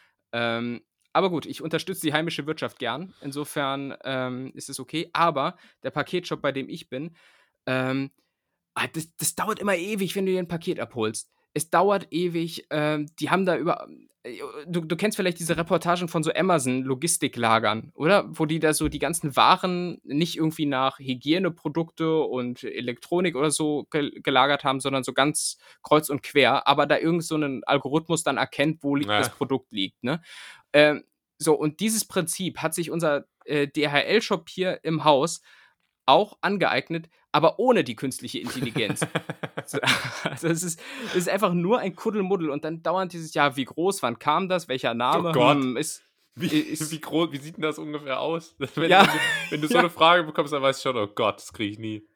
Ähm, aber gut, ich unterstütze die heimische Wirtschaft gern. Insofern, ähm, ist es okay. Aber der Paketshop, bei dem ich bin, ähm, ah, das das dauert immer ewig, wenn du dir 'n Paket abholst. Es dauert ewig. Ähm, die haben da über äh, du du kennst vielleicht diese Reportagen von so Amazon-Logistiklagern, oder? Wo die da so die ganzen Waren nicht irgendwie nach Hygieneprodukte und Elektronik oder so gel gelagert haben, sondern so ganz kreuz und quer, aber da irgend so 'nen Algorithmus dann erkennt, wo liegt das Ja. Produkt liegt, ne? Ähm, so, und dieses Prinzip hat sich unser, äh, D H L-Shop hier im Haus auch angeeignet, aber ohne die künstliche Intelligenz. So, also, es ist es ist einfach nur ein Kuddelmuddel und dann dauernd dieses: „Ja, wie groß? Wann kam das? Welcher Oh Name? Gott. Hm, ist Wie i ist“ wie gro wie sieht 'n das ungefähr aus? Wenn Ja, wenn du wenn du so ja. 'ne Frage bekommst, dann weißt du schon: „Oh Gott, das kriege ich nie.“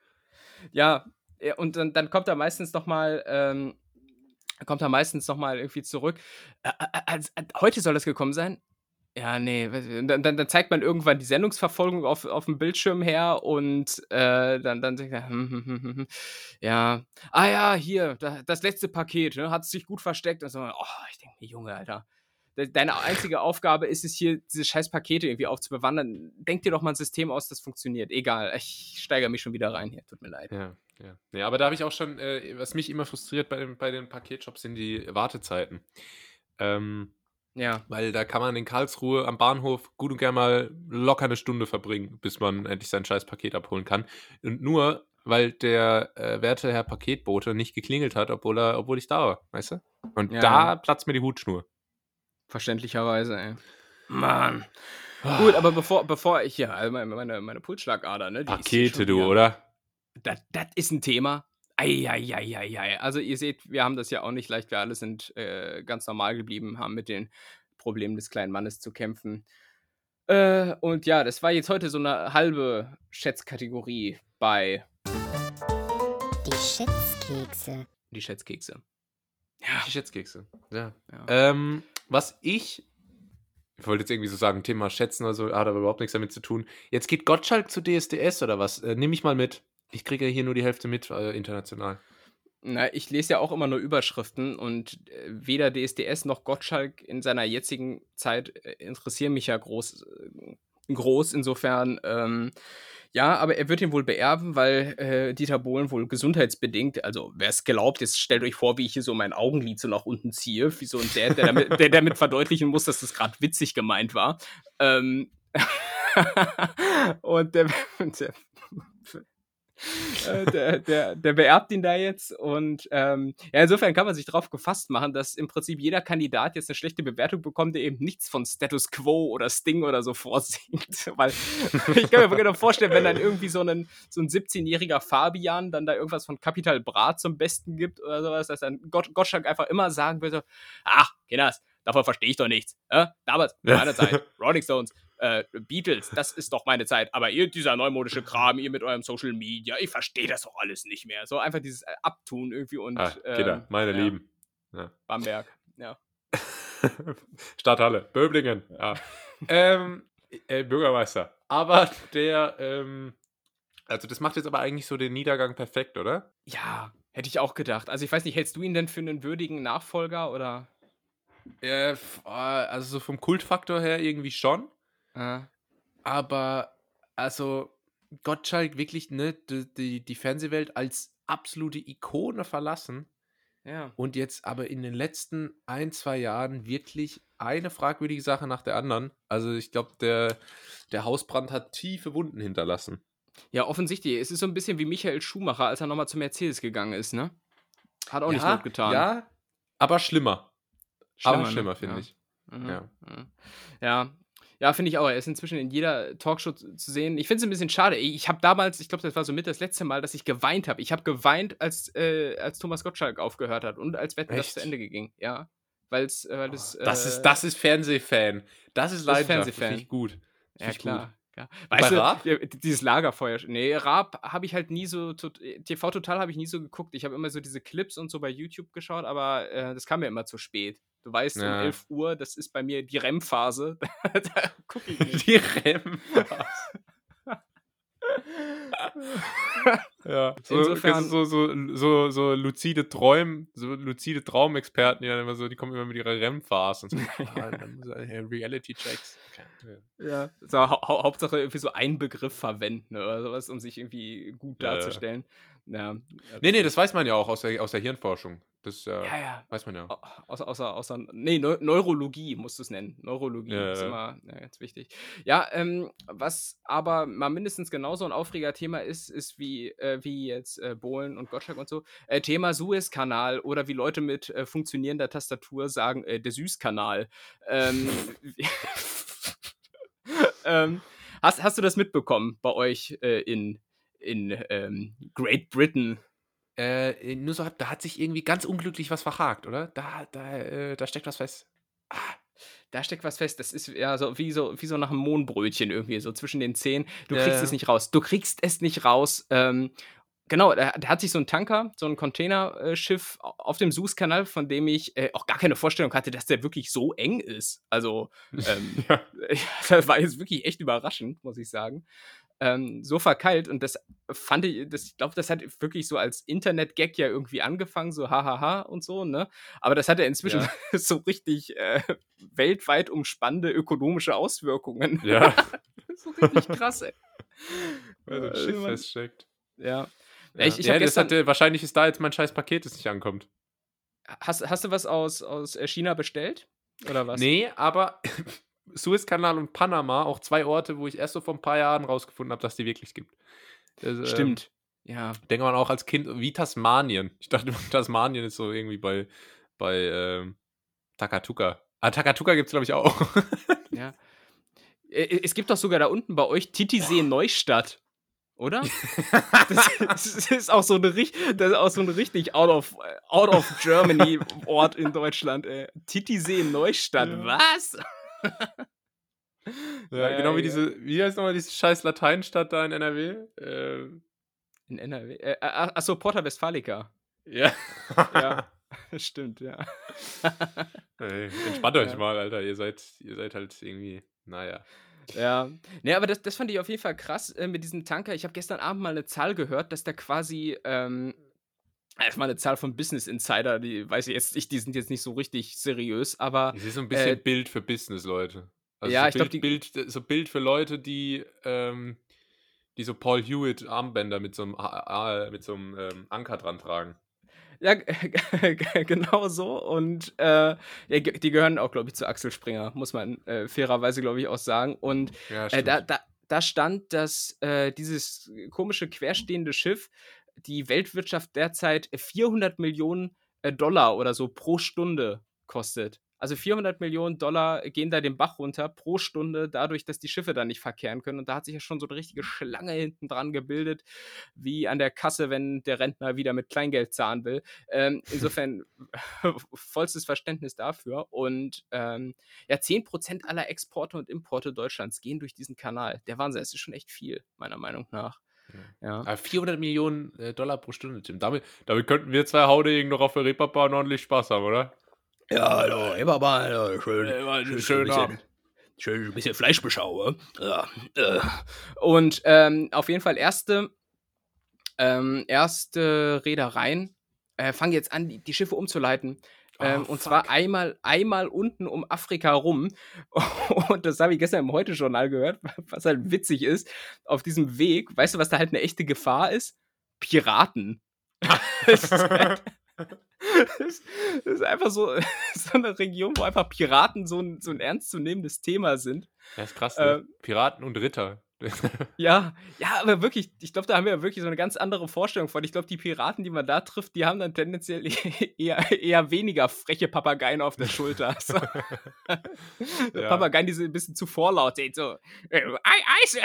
Ja, äh, und dann dann kommt er meistens noch mal ähm, kommt er meistens noch mal irgendwie zurück. Äh, äh, als äh, heute soll das gekommen sein? Ja, ne, w dann dann dann zeigt man irgendwann die Sendungsverfolgung auf aufm Bildschirm her und, äh, dann dann sagt er: „Hm, hm, hm, hm, hm, ja. Ah ja, hier, da das letzte Paket, ne, hat sich gut versteckt.“ Und so, oh, ich denke mir: „Junge, Alter, de deine einzige Aufgabe ist es hier, diese scheiß Pakete irgendwie aufzubewahren. Dann denk dir doch mal 'n System aus, das funktioniert.“ Egal, ich steigere mich schon wieder rein hier. Tut mir leid. Ja, ja. Ja, aber da habe ich auch schon äh, was mich immer frustriert bei den bei den Paketshops, sind die Wartezeiten. Ähm, Ja. weil da kann man in Karlsruhe am Bahnhof gut und gern mal locker 'ne Stunde verbringen, bis man endlich sein scheiß Paket abholen kann. Und nur, weil der, äh, werte Herr Paketbote nicht geklingelt hat, obwohl er obwohl ich da war, weißt du? Und Ja, da ja. platzt mir die Hutschnur. Verständlicherweise, ei. Mann. Gut, aber bevor bevor ich hier all mei meine meine Pulsschlagader, ne, die ist hier Pakete, schon du, wieder oder? Dat das ist 'n Thema. Ei, ei, ei, ei, ei. Also, ihr seht, wir haben das ja auch nicht leicht. Wir alle sind, äh, ganz normal geblieben, haben mit den Problemen des kleinen Mannes zu kämpfen. Äh, und ja, das war jetzt heute so 'ne halbe Schätzkategorie bei Die Schätzkekse. Die Schätzkekse. Die Schätzkekse, ja. Ja. Ähm, was ich ich wollte jetzt irgendwie so sagen, Thema Schätzen oder so, hat aber überhaupt nix damit zu tun. Jetzt geht Gottschalk zu DSDS oder was? Äh, nimm mich mal mit. Ich kriege ja hier nur die Hälfte mit, äh, international. Na, ich lese ja auch immer nur Überschriften und, äh, weder DSDS noch Gottschalk in seiner jetzigen Zeit, äh, interessieren mich ja groß äh, groß. Insofern, ähm, ja, aber er wird ihn wohl beerben, weil, äh, Dieter Bohlen wohl gesundheitsbedingt also, wer's glaubt, jetzt stellt euch vor, wie ich hier so mein Augenlid so nach unten ziehe, wie so 'n Dad, der damit der damit verdeutlichen muss, dass das grad witzig gemeint war. Ähm, und der der äh, der der der beerbt ihn da jetzt und, ähm, ja, insofern kann man sich drauf gefasst machen, dass im Prinzip jeder Kandidat jetzt 'ne schlechte Bewertung bekommt, der eben nichts von Status Quo oder Sting oder so vorsingt. Weil ich kann mir genau vorstellen, wenn dann irgendwie so 'nen so 'n siebzehnjähriger Fabian dann da irgendwas von Capital Bra zum Besten gibt oder so was, dass dann Gott Gottschalk einfach immer sagen würde: „Ach, Kinders, davon verstehe ich doch nichts, ne? Damals, zu meiner Zeit, Rolling Stones, äh, Beatles, das ist doch meine Zeit. Aber ihr, dieser neumodische Kram, ihr mit eurem Social Media, ich verstehe das doch alles nicht mehr.“ So einfach dieses, äh, Abtun irgendwie und, Ah, ähm, Kinder, meine ja. Lieben. Ja. Bamberg, ja. Stadthalle, Böblingen, ja. Ähm, äh, Bürgermeister. Aber der, ähm also, das macht jetzt aber eigentlich so den Niedergang perfekt, oder? Ja, hätte ich auch gedacht. Also, ich weiß nicht, hältst du ihn denn für 'nen würdigen Nachfolger, oder? Äh, f ah, also, so vom Kultfaktor her irgendwie schon. Äh. Aber, also, Gottschalk wirklich, ne, d die die Fernsehwelt als absolute Ikone verlassen Ja. und jetzt aber in den letzten ein, zwei Jahren wirklich eine fragwürdige Sache nach der anderen. Also, ich glaube, der der Hausbrand hat tiefe Wunden hinterlassen. Ja, offensichtlich. Es ist so 'n bisschen wie Michael Schumacher, als er noch mal zu Mercedes gegangen ist, ne? Hat auch nicht Ja, Not getan. ja, Aber schlimmer. Aber Schlimmer, schlimmer, ne? finde Ja. ich. Mhm. Ja. Mhm. Ja. Ja, finde ich auch. Er ist inzwischen in jeder Talkshow zu zu sehen. Ich finde es ein bisschen schade. Ich habe damals, ich glaube, das war so mit das letzte Mal, dass ich geweint habe. Ich habe geweint, als, äh, als Thomas Gottschalk aufgehört hat und als Wetten, das zu Echt? Ende ging. Ja. Weil's, äh, weil Oh, es, das ist, äh, das ist Fernsehfan. Das ist das ist Leidenschaft. Das finde Fernsehfan. ich gut. Das Ja, finde ich gut. klar. klar. Und bei Weißt du, Raab? ja, dieses Lagerfeuer. Nee, Raab habe ich halt nie so. tot- T V Total habe ich nie so geguckt. Ich habe immer so diese Clips und so bei YouTube geschaut, aber äh, das kam mir immer zu spät. Du weißt, um Ja. elf Uhr, das ist bei mir die R E M-Phase. Da gucke ich nicht. Die Rem. Ja, so, Insofern- kennst du so, so, so, so lucide Träum, so lucide Traumexperten, die dann immer so, die kommen immer mit ihrer R E M-Phase und so, ah, dann muss er, ja, Reality-Checks. Okay. Ja. So, hau hau- Hauptsache irgendwie so einen Begriff verwenden oder sowas, um sich irgendwie gut Ja, ja. darzustellen. Ja. Nee, nee, das weiß man ja auch aus der, aus der Hirnforschung. Das äh, Ja, ja. weiß man ja. Au- Außer, außer, außer, nee, Neu Neurologie musst du es nennen. Neurologie Ja, ist ja. immer ja, ganz wichtig. Ja, ähm, was aber mal mindestens genauso ein Aufreger-Thema ist, ist wie, äh, wie jetzt äh, Bohlen und Gottschalk und so, äh, Thema Suezkanal oder wie Leute mit äh, funktionierender Tastatur sagen, äh, der Süßkanal. Ähm, ähm, hast, hast du das mitbekommen bei euch äh, in, in ähm, Great Britain? Äh, nur so, da hat sich irgendwie ganz unglücklich was verhakt, oder? Da, da, äh, da steckt was fest. Da steckt was fest. Das ist ja so wie so, wie so nach einem Mohnbrötchen irgendwie, so zwischen den Zähnen. Du Ja, kriegst ja. es nicht raus. Du kriegst es nicht raus. Ähm, genau, da, da hat sich so ein Tanker, so ein Containerschiff auf dem Suezkanal, von dem ich äh, auch gar keine Vorstellung hatte, dass der wirklich so eng ist. Also, ähm, Ja. das war jetzt wirklich echt überraschend, muss ich sagen. Ähm, so verkeilt und das fand ich, das, ich glaube, das hat wirklich so als Internet-Gag ja irgendwie angefangen, so hahaha und so, ne? Aber das hat ja inzwischen Ja. so richtig äh, weltweit umspannende ökonomische Auswirkungen. Ja. so richtig krass, ey. Weil so ein Äh, Schiff man- feststeckt. Ja. Ja, Ich, ich ja hab das gestern, hat, äh, wahrscheinlich ist da jetzt mein scheiß Paket, das nicht ankommt. hast, hast du was aus, aus äh, China bestellt? Oder was? Nee, aber Suezkanal und Panama, auch zwei Orte, wo ich erst so vor ein paar Jahren rausgefunden habe, dass die wirklich gibt. Das, ähm, Stimmt. Ja. denkt man auch als Kind, wie Tasmanien. Ich dachte, immer, Tasmanien ist so irgendwie bei, bei ähm, Takatuka. Ah, Takatuka gibt es, glaube ich, auch. Ja. Äh, Es gibt doch sogar da unten bei euch Titisee Neustadt, oder? Das, das ist auch so eine richtig, das ist auch so ein richtig out of, out of Germany Ort in Deutschland, ey. Titisee Neustadt, Ja. was? Ja, Naja, genau wie egal. diese, wie heißt nochmal diese scheiß Lateinstadt da in N R W? Ähm, In N R W? Äh, ach- achso, Porta Westfalica. ja. Ja. Stimmt, ja. Ey, entspannt euch Ja. mal, Alter. Ihr seid, ihr seid halt irgendwie, naja. Ja. Nee, aber das, das fand ich auf jeden Fall krass äh, mit diesem Tanker. Ich habe gestern Abend mal eine Zahl gehört, dass da quasi, ähm, erstmal eine Zahl von Business Insider, die weiß ich jetzt nicht, die sind jetzt nicht so richtig seriös, aber Es ist so ein bisschen Äh, Bild für Business, Leute. Also ja, so ich glaub, Bild, die- Bild, so Bild für Leute, die, ähm, die so Paul Hewitt Armbänder mit so einem, A- A- mit so einem ähm, Anker dran tragen. ja, genau so. Und äh, ja, ge- die gehören auch, glaube ich, zu Axel Springer, muss man äh, fairerweise, glaube ich, auch sagen. Und Ja, äh, stimmt. da, da, da stand, dass äh, dieses komische querstehende Schiff die Weltwirtschaft derzeit vierhundert Millionen äh, Dollar oder so pro Stunde kostet. Also vierhundert Millionen Dollar gehen da den Bach runter pro Stunde, dadurch, dass die Schiffe da nicht verkehren können. Und da hat sich ja schon so eine richtige Schlange hinten dran gebildet, wie an der Kasse, wenn der Rentner wieder mit Kleingeld zahlen will. Ähm, insofern vollstes Verständnis dafür. Und ähm, ja, zehn Prozent aller Exporte und Importe Deutschlands gehen durch diesen Kanal. Der Wahnsinn, das ist schon echt viel, meiner Meinung nach. Ja. Aber vierhundert Millionen äh, Dollar pro Stunde, Tim. Damit, damit könnten wir zwei Haudegen noch auf der Reeperbahn ordentlich Spaß haben, oder? Ja, hallo, immer mal äh, schön, Äh, mal einen schön, schönen bisschen, Abend. schön ein bisschen Fleischbeschau. Ja, äh. Und ähm, auf jeden Fall erste, ähm, erste Reedereien äh, fangen jetzt an, die, die Schiffe umzuleiten. Ähm, Oh, und zwar fuck. einmal, einmal unten um Afrika rum. Und das habe ich gestern im Heute-Journal gehört, was halt witzig ist. Auf diesem Weg, weißt du, was da halt eine echte Gefahr ist? Piraten. Das ist, halt, das ist einfach so, so eine Region, wo einfach Piraten so ein, so ein ernstzunehmendes Thema sind. Das ist krass, Äh, ne? Piraten und Ritter. Ja, ja, aber wirklich, ich glaube, da haben wir wirklich so eine ganz andere Vorstellung von. Ich glaube, die Piraten, die man da trifft, die haben dann tendenziell eher eher weniger freche Papageien auf der Schulter. So. Ja. Papageien, die so 'n bisschen zu vorlaut sind, so: „Äh, Ei Eis!"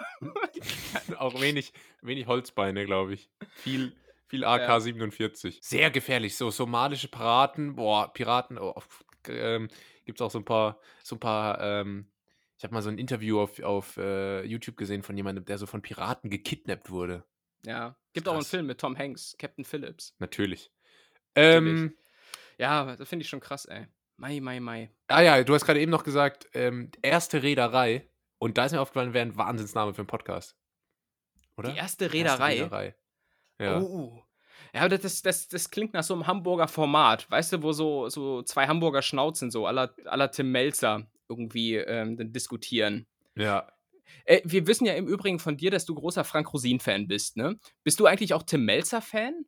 Auch wenig, wenig Holzbeine, glaube ich. Viel, viel A K siebenundvierzig. Sehr gefährlich. So somalische Piraten, boah, Piraten, oh, f- ähm, gibt es auch so ein paar, so ein paar, ähm, ich habe mal so ein Interview auf, auf äh, YouTube gesehen von jemandem, der so von Piraten gekidnappt wurde. Ja, gibt auch einen Krass. Film mit Tom Hanks, Captain Phillips. Natürlich. Natürlich. Ähm, Ja, das finde ich schon krass, ey. Mai, mai, mai. ah ja, du hast gerade eben noch gesagt, ähm, erste Reederei. Und da ist mir aufgefallen, wäre ein Wahnsinnsname für einen Podcast. Oder? Die erste Reederei? Erste Reederei. Ja. Oh. Ja, aber das, das, das klingt nach so einem Hamburger Format, weißt du, wo so, so zwei Hamburger Schnauzen, so aller aller Tim Melzer irgendwie ähm, dann diskutieren. Ja. Äh, wir wissen ja im Übrigen von dir, dass du großer Frank Rosin-Fan bist, ne? Bist du eigentlich auch Tim Melzer-Fan?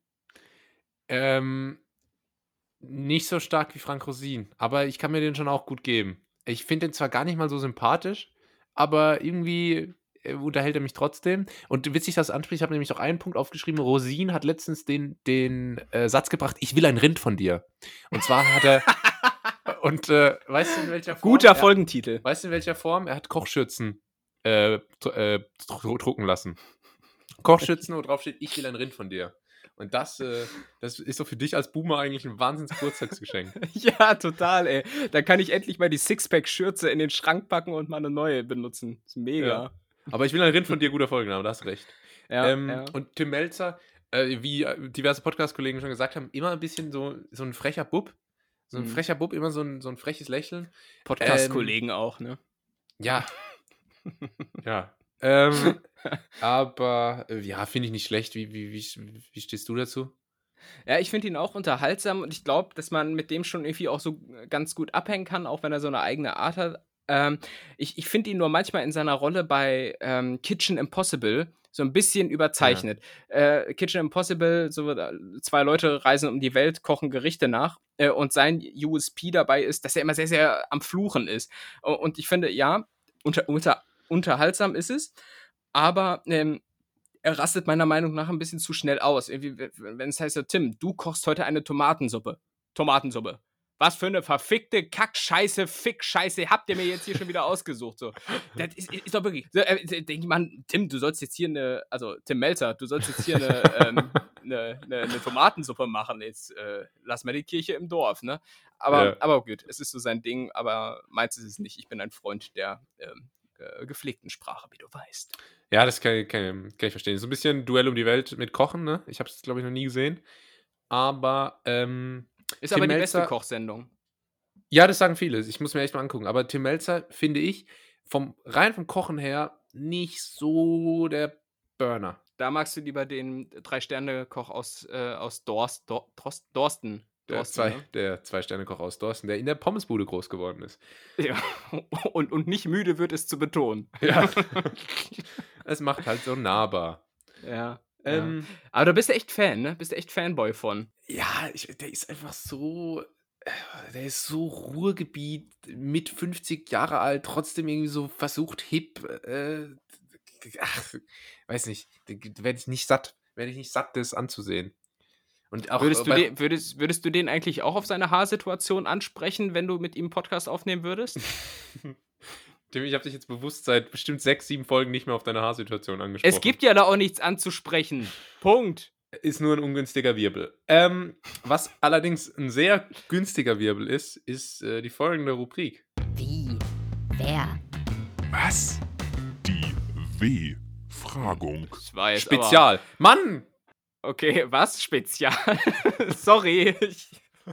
Ähm, nicht so stark wie Frank Rosin, aber ich kann mir den schon auch gut geben. Ich finde den zwar gar nicht mal so sympathisch, aber irgendwie äh, unterhält er mich trotzdem. Und witzig, dass du ansprichst, ich habe nämlich noch einen Punkt aufgeschrieben. Rosin hat letztens den, den äh, Satz gebracht, ich will ein Rind von dir. Und zwar hat er, und äh, weißt du in welcher Form? Guter er, Folgentitel. Weißt du in welcher Form? Er hat Kochschürzen äh, dr- äh, dr- drucken lassen. Kochschürzen, wo drauf steht, ich will ein Rind von dir. Und das, äh, das ist so für dich als Boomer eigentlich ein Wahnsinns-Geburtstagsgeschenk. Ja, total, ey. Da kann ich endlich mal die Sixpack-Schürze in den Schrank packen und mal eine neue benutzen. Ist mega. Ja. Aber ich will ein Rind von dir, guter Folgenname, da hast du recht. Ja, ähm, ja. Und Tim Melzer, äh, wie diverse Podcast-Kollegen schon gesagt haben, immer ein bisschen so, so ein frecher Bub. So ein Mhm. frecher Bub, immer so ein, so ein freches Lächeln. Podcast-Kollegen auch, ne? Ja. Ja. Ähm, aber äh, ja, finde ich nicht schlecht. Wie, wie, wie, wie stehst du dazu? Ja, ich finde ihn auch unterhaltsam und ich glaube, dass man mit dem schon irgendwie auch so ganz gut abhängen kann, auch wenn er so eine eigene Art hat. Ähm, ich ich finde ihn nur manchmal in seiner Rolle bei ähm, Kitchen Impossible so ein bisschen überzeichnet. Äh, Kitchen Impossible, so äh, zwei Leute reisen um die Welt, kochen Gerichte nach äh, und sein U S P dabei ist, dass er immer sehr, sehr am Fluchen ist. U- Und ich finde, ja, unter, unter, unterhaltsam ist es, aber ähm, er rastet meiner Meinung nach ein bisschen zu schnell aus. Irgendwie, wenn es heißt, ja, Tim, du kochst heute eine Tomatensuppe. Tomatensuppe. Was für eine verfickte Kackscheiße, Fickscheiße habt ihr mir jetzt hier schon wieder ausgesucht? So. Das ist, ist doch wirklich. So, äh, denke ich mal, Tim, du sollst jetzt hier eine, also Tim Melzer, du sollst jetzt hier eine, ähm, eine, eine, eine Tomatensuppe machen. Jetzt äh, lass mal die Kirche im Dorf, ne? Aber, Ja. aber gut, es ist so sein Ding, aber meins ist es nicht. Ich bin ein Freund der ähm, äh, gepflegten Sprache, wie du weißt. Ja, das kann, kann, kann ich verstehen. So ein bisschen Duell um die Welt mit Kochen, ne? Ich habe es, glaube ich, noch nie gesehen. Aber, ähm, Ist Tim aber die Melzer- beste Kochsendung. ja, das sagen viele. Ich muss mir echt mal angucken. Aber Tim Melzer, finde ich, vom rein vom Kochen her nicht so der Burner. Da magst du lieber den Drei-Sterne-Koch aus, äh, aus Dorst, Dor, Trost, Dorsten. Der, Dorsten, zwei, ne? der Zwei-Sterne-Koch aus Dorsten, der in der Pommesbude groß geworden ist. Ja. Und, und nicht müde wird es zu betonen. Ja. Es macht halt so nahbar. Ja. Ähm, Aber du bist ja echt Fan, ne? Bist du echt Fanboy von. ja, ich, der ist einfach so. äh, Der ist so Ruhrgebiet, mit fünfzig Jahre alt, trotzdem irgendwie so versucht, hip. Äh, ach, weiß nicht. Werde ich nicht satt. Werde ich nicht satt, das anzusehen. Und auch Würdest du, bei- den, würdest, würdest du den eigentlich auch auf seine Haarsituation ansprechen, wenn du mit ihm einen Podcast aufnehmen würdest? Tim, ich habe dich jetzt bewusst seit bestimmt sechs, sieben Folgen nicht mehr auf deine Haarsituation angesprochen. Es gibt ja da auch nichts anzusprechen. Punkt. Ist nur ein ungünstiger Wirbel. Ähm, was allerdings ein sehr günstiger Wirbel ist, ist äh, die folgende Rubrik. Wie? Wer? Was? Die W-Fragung. Das war jetzt aber- Spezial. Mann! Okay, was? Spezial? Sorry. Ich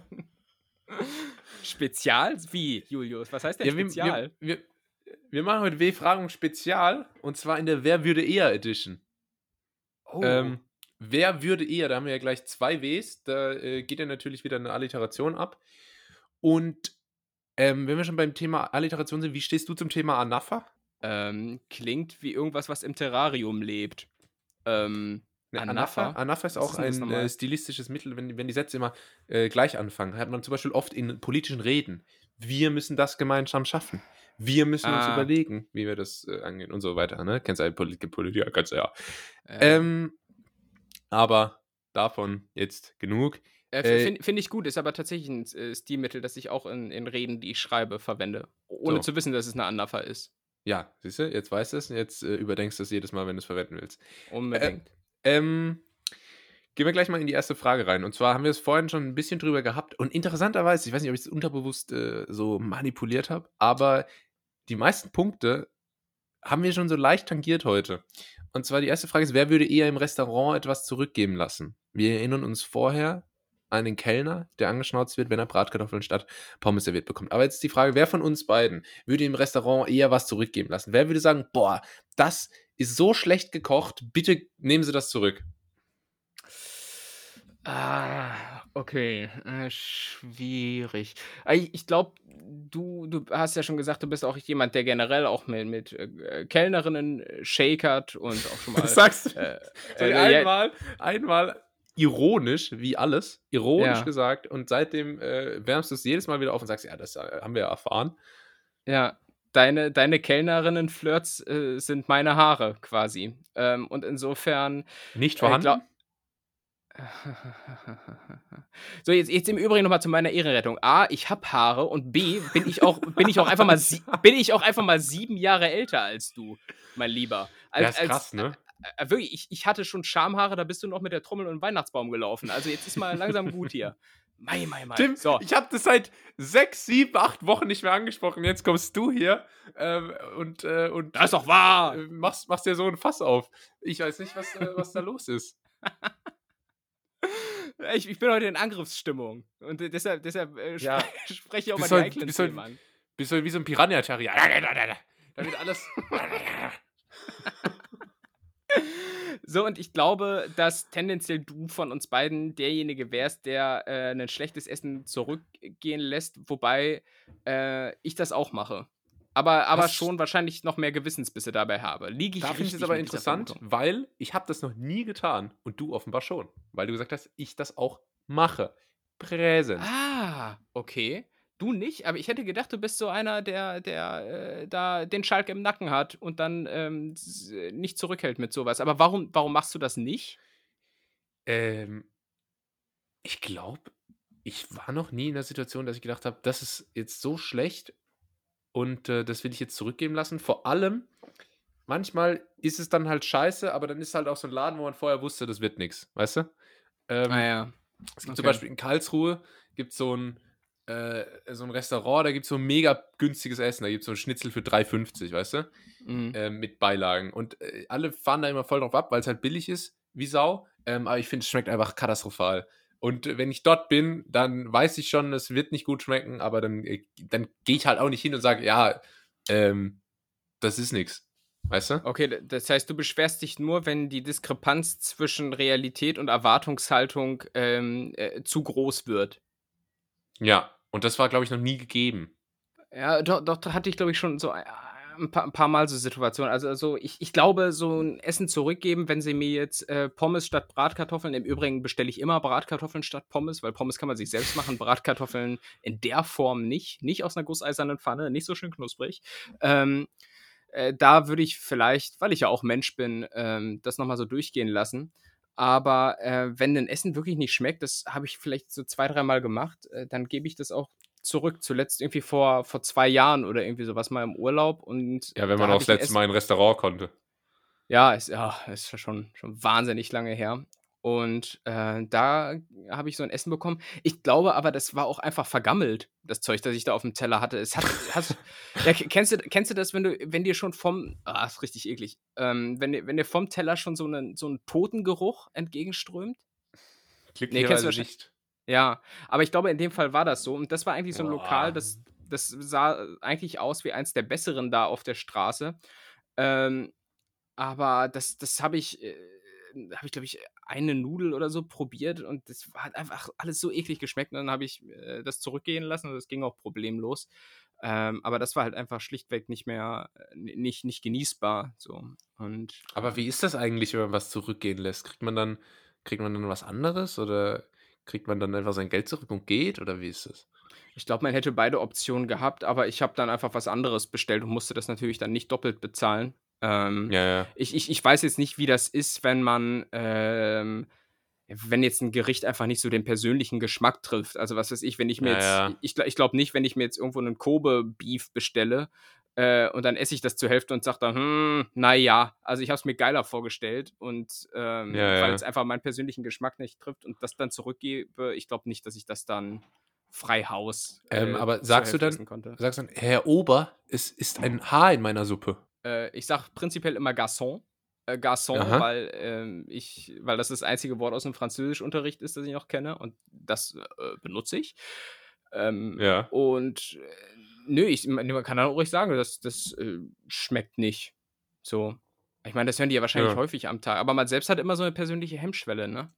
Spezial? Wie, Julius? Was heißt denn Ja, wir, Spezial? wir, wir, wir machen heute W-Fragung Spezial und zwar in der Wer würde eher Edition. oh. Ähm, wer würde eher, da haben wir ja gleich zwei Ws, da äh, geht ja natürlich wieder eine Alliteration ab. Und ähm, wenn wir schon beim Thema Alliteration sind, wie stehst du zum Thema Anafa? ähm, klingt wie irgendwas, was im Terrarium lebt. Ähm, Ne, Anafa? Anafa ist Was auch ist denn das ein nochmal? äh, stilistisches Mittel, wenn, wenn die Sätze immer äh, gleich anfangen. Hat man zum Beispiel oft in politischen Reden. Wir müssen das gemeinsam schaffen. Wir müssen uns Ah. überlegen, wie wir das äh, angehen und so weiter. Ne? Kennst du einen Polit Politiker? Kannst du ja. Äh, Ähm, aber davon jetzt genug. äh, äh, Finde find ich gut, ist aber tatsächlich ein äh, Stilmittel, das ich auch in, in Reden, die ich schreibe, verwende. Ohne So. zu wissen, dass es eine Anafa ist. Ja, siehst du, jetzt weißt du es, jetzt äh, überdenkst du es jedes Mal, wenn du es verwenden willst. Unbedingt. Ähm, gehen wir gleich mal in die erste Frage rein. Und zwar haben wir es vorhin schon ein bisschen drüber gehabt. Und interessanterweise, ich weiß nicht, ob ich es unterbewusst äh, so manipuliert habe, aber die meisten Punkte haben wir schon so leicht tangiert heute. Und zwar die erste Frage ist, wer würde eher im Restaurant etwas zurückgeben lassen? Wir erinnern uns vorher an den Kellner, der angeschnauzt wird, wenn er Bratkartoffeln statt Pommes serviert bekommt. Aber jetzt die Frage, wer von uns beiden würde im Restaurant eher was zurückgeben lassen? Wer würde sagen, boah, das ist so schlecht gekocht, bitte nehmen Sie das zurück? Ah, okay, äh, schwierig. Ah, ich ich glaube, du du hast ja schon gesagt, du bist auch jemand, der generell auch mit mit, äh, Kellnerinnen äh, shakert und auch schon mal, sagst du? äh, So, äh, ja, einmal, einmal ironisch, wie alles, ironisch Ja. gesagt und seitdem äh, wärmst du es jedes Mal wieder auf und sagst, ja, das äh, haben wir ja erfahren. ja, deine deine Kellnerinnen-Flirts, äh, sind meine Haare quasi. Ähm, und insofern, Nicht äh, vorhanden? glau So, jetzt jetzt im Übrigen noch mal zu meiner Ehrenrettung. A, ich habe Haare und B, bin ich auch bin ich auch einfach mal sie bin ich auch einfach mal sieben Jahre älter als du, mein Lieber. Ja, Als ist krass, ne? äh, äh, wirklich, ich ich hatte schon Schamhaare, da bist du noch mit der Trommel und dem Weihnachtsbaum gelaufen. Also, jetzt ist mal langsam gut hier. Mei, mei, mei. Tim, So, ich habe das seit sechs, sieben, acht Wochen nicht mehr angesprochen. Jetzt kommst du hier ähm, und, äh, und das ist doch wahr. äh, machst, machst dir so ein Fass auf. Ich weiß nicht, was, äh, was da los ist. Ich ich bin heute in Angriffsstimmung und äh, deshalb deshalb, äh, spre Ja. spreche ich auch mal Bist die halt- heiklen bist halt- Themen an. Bist du wie so ein Piranha-Terrier. Da wird alles. So, und ich glaube, dass tendenziell du von uns beiden derjenige wärst, der äh, 'nen schlechtes Essen zurückgehen lässt, wobei, äh, ich das auch mache. Aber aber Das- schon wahrscheinlich noch mehr Gewissensbisse dabei habe. Liege ich Da finde ich es richtig aber mit dieser interessant, Vermutung? weil ich habe das noch nie getan und du offenbar schon, weil du gesagt hast, ich das auch mache. Präsent. Ah, okay. Du nicht, aber ich hätte gedacht, du bist so einer, der der, äh, da den Schalk im Nacken hat und dann, ähm, s nicht zurückhält mit so was. Aber warum warum machst du das nicht? Ähm, ich glaube, ich war noch nie in der Situation, dass ich gedacht habe, das ist jetzt so schlecht und äh, das will ich jetzt zurückgeben lassen. Vor allem, manchmal ist es dann halt scheiße, aber dann ist halt auch so ein Laden, wo man vorher wusste, das wird nichts, weißt du? Ähm, Ah ja. Es gibt zum Okay. Beispiel in Karlsruhe gibt so ein, äh, so ein Restaurant, da gibt es so mega günstiges Essen. Da gibt es so ein Schnitzel für drei fünfzig, weißt du? Mhm. Ähm, mit Beilagen. Und äh, alle fahren da immer voll drauf ab, weil es halt billig ist, wie Sau. Ähm, aber ich finde, es schmeckt einfach katastrophal. Und äh, wenn ich dort bin, dann weiß ich schon, es wird nicht gut schmecken, aber dann, äh, dann gehe ich halt auch nicht hin und sage, ja, ähm, das ist nichts. Weißt du? Okay, d das heißt, du beschwerst dich nur, wenn die Diskrepanz zwischen Realität und Erwartungshaltung, ähm, äh, zu groß wird. Ja. Und das war, glaube ich, noch nie gegeben. Ja, doch doch, da hatte ich, glaube ich, schon so, äh, 'n paar 'n paar Mal so Situationen. Also also, ich ich glaube, so 'n Essen zurückgeben, wenn sie mir jetzt, äh, Pommes statt Bratkartoffeln im Übrigen bestelle ich immer Bratkartoffeln statt Pommes, weil Pommes kann man sich selbst machen, Bratkartoffeln in der Form nicht. Nicht aus 'ner gusseisernen Pfanne, nicht so schön knusprig. Ähm, äh, da würde ich vielleicht, weil ich ja auch Mensch bin, ähm, das noch mal so durchgehen lassen. Aber, äh, wenn 'nen Essen wirklich nicht schmeckt, das habe ich vielleicht so zwei, dreimal gemacht, äh, dann gebe ich das auch zurück. Zuletzt irgendwie vor vor zwei Jahren oder irgendwie so was mal im Urlaub und Ja, wenn da man habe auch das ich 'n letzte Essen Mal in ein Restaurant konnte. ja, ist ja ist ja schon schon wahnsinnig lange her. Und, äh, da habe ich so 'n Essen bekommen. Ich glaube aber, das war auch einfach vergammelt, das Zeug, das ich da aufm Teller hatte. Es hat hast ja, k kennst du kennst du das, wenn du wenn dir schon vom ah, ist richtig eklig. Ähm, wenn dir wenn dir vom Teller schon so 'nen so 'n Totengeruch entgegenströmt? Ne, kennst du Glücklicherweise wahrschei nicht. ja, aber ich glaube, in dem Fall war das so. Und das war eigentlich so 'n Lokal, Boah. das das sah eigentlich aus wie eins der besseren da auf der Straße. Ähm, aber das das habe ich äh, habe ich, glaube ich, eine Nudel oder so probiert und das hat einfach alles so eklig geschmeckt und dann habe ich, äh, das zurückgehen lassen und das ging auch problemlos. Ähm, aber das war halt einfach schlichtweg nicht mehr äh, n nicht nicht genießbar so und, Aber ähm wie ist das eigentlich, wenn man was zurückgehen lässt? Kriegt man dann kriegt man dann was anderes oder Kriegt man dann einfach sein Geld zurück und geht oder wie ist das? Ich glaube, man hätte beide Optionen gehabt, aber ich habe dann einfach was anderes bestellt und musste das natürlich dann nicht doppelt bezahlen. Ähm, Ja, ja. ich ich ich weiß jetzt nicht, wie das ist, wenn man, ähm wenn jetzt 'n Gericht einfach nicht so den persönlichen Geschmack trifft. Also, was weiß ich, wenn ich mir Ja, jetzt ja. ich gla ich glaube nicht, wenn ich mir jetzt irgendwo 'nen Kobe-Beef bestelle, äh, und dann esse ich das zur Hälfte und sage dann: „Hm, na ja, also, ich habe es mir geiler vorgestellt“ und, ähm, Ja, weil ja. es einfach meinen persönlichen Geschmack nicht trifft und das dann zurückgebe, ich glaube nicht, dass ich das dann frei Haus, Ähm, äh, aber zur sagst du Hälfte dann essen konnte. sagst du dann: „Herr Ober, es ist ein Haar in meiner Suppe?“ Äh, ich sage prinzipiell immer Garçon. Äh, Garçon, Aha. weil, ähm, ich weil das das einzige Wort aus'm Französischunterricht ist, das ich noch kenne und das, äh, benutze ich. Ähm, Ja. und, äh, nö, ich meine, man kann dann auch ruhig sagen, das das, äh, schmeckt nicht. So. Ich meine, das hören die ja wahrscheinlich Ja. häufig am Tag, aber man selbst hat immer so 'ne persönliche Hemmschwelle, ne?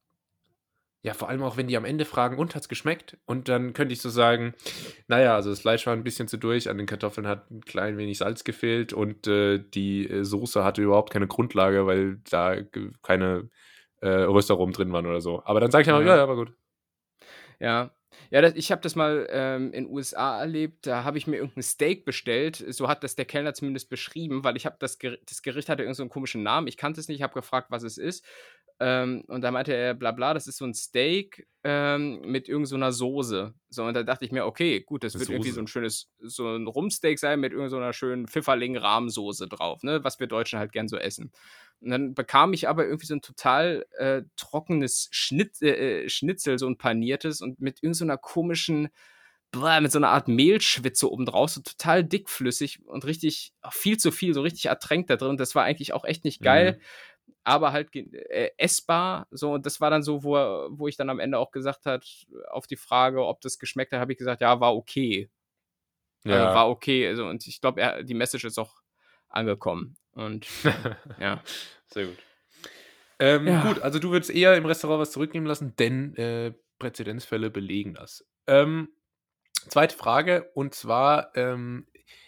Ja, vor allem auch, wenn die am Ende fragen: „Und, hat's geschmeckt?“ Und dann könnte ich so sagen: „Na ja, also das Fleisch war 'n bisschen zu durch, an den Kartoffeln hat 'n klein wenig Salz gefehlt und, äh, die, äh, Soße hatte überhaupt keine Grundlage, weil da ge keine, äh, Röstaromen drin waren“ oder so. Aber dann sage ich einfach: „Ja, Ja. ja, war gut.“ Ja. Ja, das ich habe das mal, ähm, in U S A erlebt, da habe ich mir irgend 'n Steak bestellt. So hat das der Kellner zumindest beschrieben, weil ich habe das Ger das Gericht hatte irgend so 'n komischen Namen. Ich kannte es nicht, habe gefragt, was es ist. Ähm, und da meinte er: „Bla bla, das ist so 'n Steak, ähm, mit irgend so 'ner Soße.“ So, und da dachte ich mir: „Okay, gut, das wird irgendwie so Soße. 'n schönes so 'n Rumpsteak sein mit irgend so 'ner schönen Pfifferling-Rahmsoße drauf“, ne, was wir Deutschen halt gern so essen. Und dann bekam ich aber irgendwie so 'n total, äh, trockenes Schnit äh, äh, Schnitzel, so 'n paniertes und mit irgend so 'ner komischen mit so 'ner Art Mehlschwitze oben drauf, so total dickflüssig und richtig ach, viel zu viel, so richtig ertränkt da drin. Das war eigentlich auch echt nicht geil, Mhm. aber halt ge äh, essbar, so. Und das war dann so, wo er wo ich dann am Ende auch gesagt hat auf die Frage, ob das geschmeckt hat, habe ich gesagt: „Ja, war okay.“ Also, Ja. war okay. Also, und ich glaube, er die Message ist auch angekommen und, ähm, ja. Sehr gut. Ähm, Ja. gut, also du würdest eher im Restaurant was zurücknehmen lassen, denn, äh, Präzedenzfälle belegen das. Ähm, zweite Frage und zwar, ähm,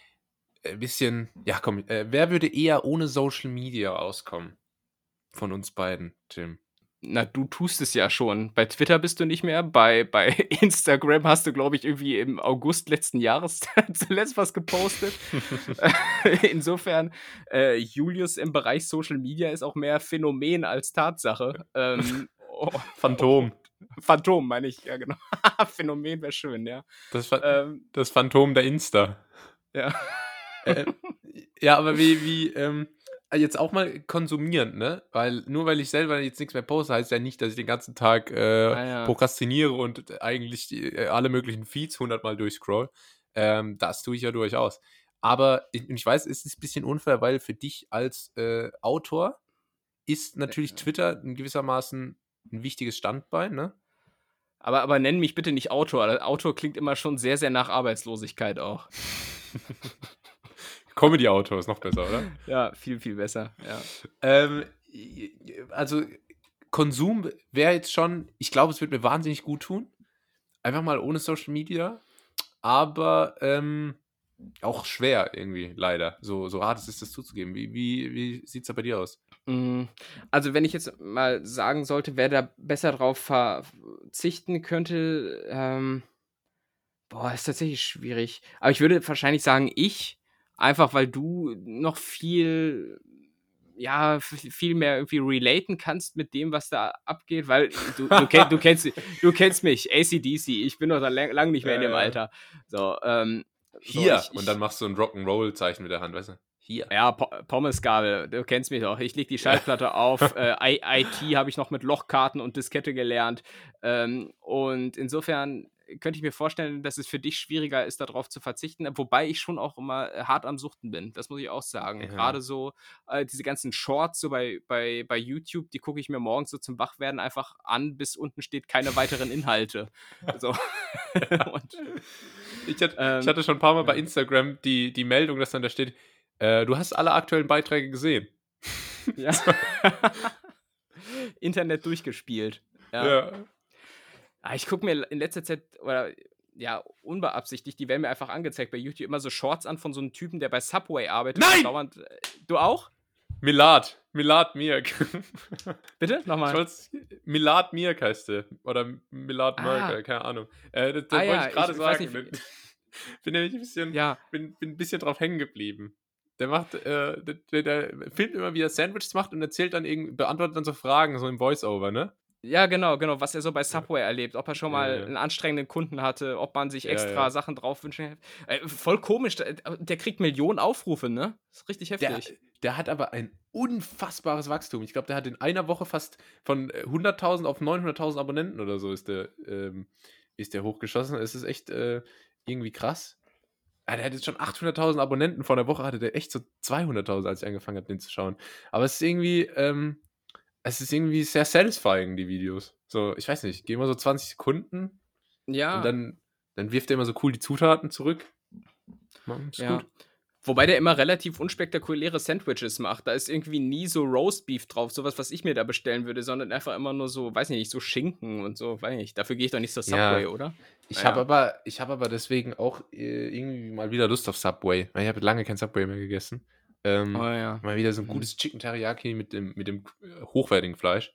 äh, bisschen ja, komm, äh, wer würde eher ohne Social Media auskommen von uns beiden, Tim? Na, du tust es ja schon. Bei Twitter bist du nicht mehr. Bei bei Instagram hast du, glaube ich, irgendwie im August letzten Jahres zuletzt was gepostet. Insofern, äh, Julius im Bereich Social Media ist auch mehr Phänomen als Tatsache. Ähm, o Phantom. und Phantom meine ich, ja genau. Phänomen wäre schön, ja. Das Pha Ähm das Phantom der Insta. Ja. Äh, ja, aber wie wie, ähm jetzt auch mal konsumierend, ne? Weil nur weil ich selber jetzt nix mehr poste, heißt ja nicht, dass ich den ganzen Tag, äh, Ah ja. prokrastiniere und eigentlich die äh, alle möglichen Feeds hundertmal durchscrolle. Ähm, das tue ich ja durchaus. Aber ich ich weiß, es ist bisschen unfair, weil für dich als, äh, Autor ist natürlich Ja. Twitter in gewissermaßen 'n wichtiges Standbein, ne? Aber aber nenn mich bitte nicht Autor. Autor klingt immer schon sehr, sehr nach Arbeitslosigkeit auch. Comedy-Autor ist noch besser, oder? Ja, viel, viel besser, ja. Ähm, j j also Konsum wäre jetzt schon ich glaube, es würde mir wahnsinnig gut tun. Einfach mal ohne Social Media, aber, ähm, auch schwer irgendwie leider, so so hart es ist, das zuzugeben. Wie wie wie sieht's da bei dir aus? Hm, also, wenn ich jetzt mal sagen sollte, wer da besser drauf verzichten könnte, ähm boah, ist tatsächlich schwierig. Aber ich würde wahrscheinlich sagen, ich, einfach weil du noch viel ja, v viel mehr irgendwie relaten kannst mit dem, was da abgeht, weil du du ken du kennst du kennst mich, A-C/D-C, ich bin noch da la lang nicht mehr in dem Äh. Alter. So, ähm, so „Hier!“ ich Und dann ich machst du 'n Rock'n'Roll-Zeichen mit der Hand, weißt du? „Hier!“ Ja, Po Pommesgabel, du kennst mich doch. Ich lege die Ja. Schallplatte auf, äh, I IT habe ich noch mit Lochkarten und Diskette gelernt. Ähm, und insofern könnte ich mir vorstellen, dass es für dich schwieriger ist, da drauf zu verzichten, wobei ich schon auch immer, äh, hart am Suchten bin. Das muss ich auch sagen. Ja. Grade so, äh, diese ganzen Shorts so bei bei bei YouTube, die gucke ich mir morgens so zum Wachwerden einfach an, bis unten steht: „Keine weiteren Inhalte.“ So. Und Ich hatte ich ähm, hatte schon 'n paarmal bei ja. Instagram die die Meldung, dass dann da steht: „Äh, du hast alle aktuellen Beiträge gesehen.“ Ja. So. Internet durchgespielt, ja. Ja. Ah, ich gucke mir in letzter Zeit oder ja, unbeabsichtigt, die werden mir einfach angezeigt bei YouTube immer so Shorts an von so 'nem Typen, der bei Subway arbeitet und Nein! dauernd du auch? Milad. Milad Mirk. Bitte? Ich Nochmal. wollt's, Milad Mirk heißt der. Oder Milad Ah. Mirk, keine Ahnung. Äh, das das Ah wollte ja, ich gerade ich- ich weiß sagen. nicht, Bin, bin nämlich ein bisschen, Ja, bin, bin ein bisschen drauf hängen geblieben. Der macht, äh, der, der, der filmt immer, wie er Sandwiches macht und erzählt dann irgendwie, beantwortet dann so Fragen, so im Voice-Over, ne? ja, genau, genau, was er so bei Subway erlebt, ob er schon Ja, mal ja. einen anstrengenden Kunden hatte, ob man sich Ja, extra ja. Sachen drauf wünschen. Äh, voll komisch, der, der kriegt Millionen Aufrufe, ne? Das ist richtig Der, heftig. der hat aber ein unfassbares Wachstum. Ich glaube, der hat in einer Woche fast von äh, hunderttausend auf neunhunderttausend Abonnenten oder so ist der, ähm, ist der hochgeschossen. Es ist echt äh, irgendwie krass. Ah, der hat jetzt schon achthunderttausend Abonnenten. Vor einer Woche hatte der echt so zweihunderttausend, als ich angefangen habe, den zu schauen. Aber es ist irgendwie, ähm, es ist irgendwie sehr satisfying, die Videos. So, ich weiß nicht, gehen wir so zwanzig Sekunden Ja, und dann, dann wirft er immer so cool die Zutaten zurück. Mann, ist ja. gut. Wobei der immer relativ unspektakuläre Sandwiches macht. Da ist irgendwie nie so Roastbeef drauf, sowas, was ich mir da bestellen würde, sondern einfach immer nur so, weiß nicht, so Schinken und so, weiß nicht. Dafür gehe ich doch nicht zur Subway, Ja. oder? Ich Naja. habe aber, ich habe aber deswegen auch äh, irgendwie mal wieder Lust auf Subway, weil ich habe lange kein Subway mehr gegessen. Ähm, Oh ja. Mal wieder so ein Mhm. gutes Chicken Teriyaki mit dem, mit dem äh, hochwertigen Fleisch.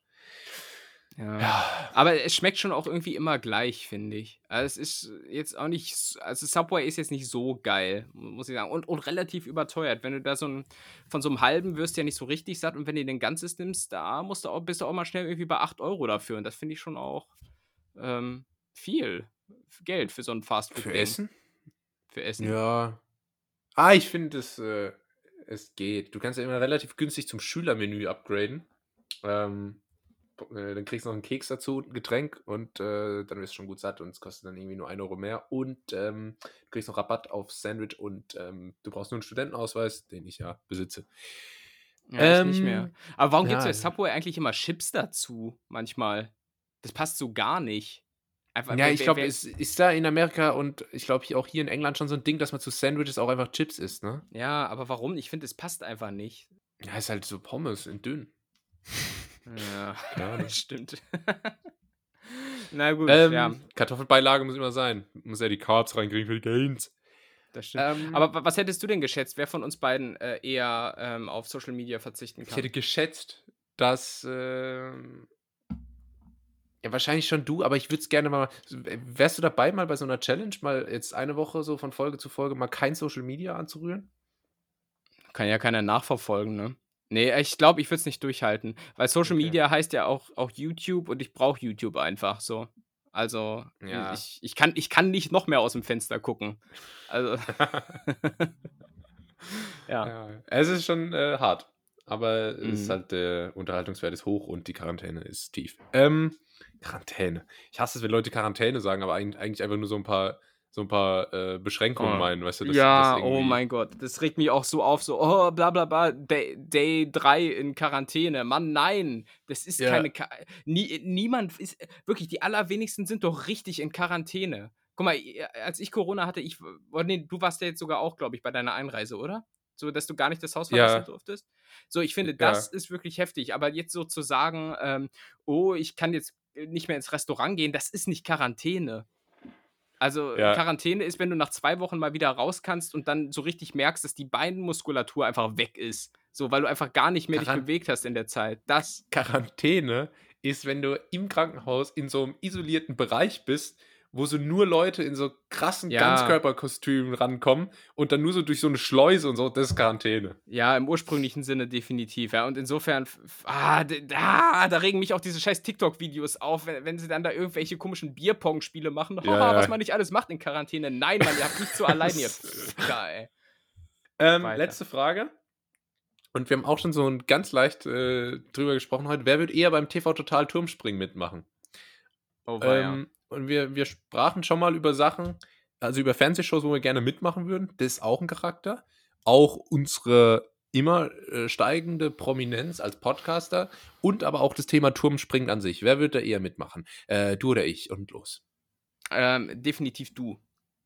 Ja. Ja, Aber es schmeckt schon auch irgendwie immer gleich, finde ich. Also es ist jetzt auch nicht, s- also Subway ist jetzt nicht so geil, muss ich sagen. Und, und relativ überteuert. Wenn du da so ein, von so einem halben wirst du ja nicht so richtig satt und wenn du den ganzes nimmst, da musst du auch, bist du auch mal schnell irgendwie bei acht Euro dafür. Und das finde ich schon auch ähm, viel Geld für so ein Fastfood. für Essen? Für Essen. Ja. Ah, ich finde es, äh, es geht. Du kannst ja immer relativ günstig zum Schülermenü upgraden. Ähm, äh, dann kriegst du noch einen Keks dazu, und ein Getränk und äh, dann wirst du schon gut satt und es kostet dann irgendwie nur ein Euro mehr. Und ähm, du kriegst noch Rabatt auf Sandwich und ähm, du brauchst nur einen Studentenausweis, den ich ja besitze. Ja, ich nicht Ähm, mehr. Aber warum gibt es ja. bei Subway eigentlich immer Chips dazu manchmal? Das passt so gar nicht. Einfach, Ja, wer- ich wer- glaube, wer- es ist da in Amerika und ich glaube hier auch hier in England schon so ein Ding, dass man zu Sandwiches auch einfach Chips isst, ne? Ja, aber warum? Ich finde, es passt einfach nicht. Ja, ist halt so Pommes in dünn. Ja, Ja, ne? stimmt. Na gut, Ähm, ja, Kartoffelbeilage muss immer sein. Muss ja die Carbs reinkriegen für die Gains. das stimmt. Ähm, Aber wa- was hättest du denn geschätzt, wer von uns beiden äh, eher ähm, auf Social Media verzichten ich kann? hätte geschätzt, dass ähm, ja, wahrscheinlich schon du, aber ich würde es gerne mal. Wärst du dabei, mal bei so einer Challenge, mal jetzt eine Woche so von Folge zu Folge mal kein Social Media anzurühren? Kann ja keiner nachverfolgen, ne? Nee, ich glaube, ich würde es nicht durchhalten. Weil Social Okay. Media heißt ja auch, auch YouTube und ich brauche YouTube einfach so. Also, Ja. ich, ich, kann, ich kann nicht noch mehr aus dem Fenster gucken. Also, ja. Ja, es ist schon äh, hart. Aber es ist Mhm. halt, der Unterhaltungswert ist hoch und die Quarantäne ist tief. Ähm, Quarantäne. Ich hasse es, wenn Leute Quarantäne sagen, aber eigentlich eigentlich einfach nur so ein paar, so ein paar äh, Beschränkungen Oh. meinen, weißt du, dass, ja, dass oh irgendwie. mein Gott, das regt mich auch so auf, so, oh, bla bla bla, Day, Day drei in Quarantäne. Mann, nein, das ist Ja. keine, Ka Nie, niemand ist, wirklich, die allerwenigsten sind doch richtig in Quarantäne. Guck mal, als ich Corona hatte, ich, oh nee, du warst ja jetzt sogar auch, glaube ich, bei deiner Einreise, oder? So, dass du gar nicht das Haus verlassen Ja. durftest. So, ich finde, Ja. das ist wirklich heftig, aber jetzt so zu sagen, ähm, oh, ich kann jetzt nicht mehr ins Restaurant gehen, das ist nicht Quarantäne. Also Ja. Quarantäne ist, wenn du nach zwei Wochen mal wieder raus kannst und dann so richtig merkst, dass die Beinmuskulatur einfach weg ist. So, weil du einfach gar nicht mehr dich Quarant- bewegt hast in der Zeit. Das, Quarantäne ist, wenn du im Krankenhaus in so einem isolierten Bereich bist, wo so nur Leute in so krassen Ja. Ganzkörperkostümen rankommen und dann nur so durch so eine Schleuse und so, das ist Quarantäne. ja, im ursprünglichen Sinne definitiv, ja. Und insofern, f- f- ah, d- da, da regen mich auch diese scheiß TikTok-Videos auf, wenn, wenn sie dann da irgendwelche komischen Bierpong-Spiele machen. Haha, Ja, ja. was man nicht alles macht in Quarantäne. Nein, Mann, ihr habt nicht so allein, ihr Ficker, ey. Ähm, Weiter. letzte Frage. Und wir haben auch schon so ein ganz leicht äh, drüber gesprochen heute. Wer wird eher beim T V Total Turmspringen mitmachen? Oh, weia. Ähm, und wir, wir sprachen schon mal über Sachen, also über Fernsehshows, wo wir gerne mitmachen würden. Das ist auch ein Charakter. Auch unsere immer äh, steigende Prominenz als Podcaster und aber auch das Thema Turmspringen an sich. Wer wird da eher mitmachen? Äh, du oder ich? Und los. Ähm, definitiv du.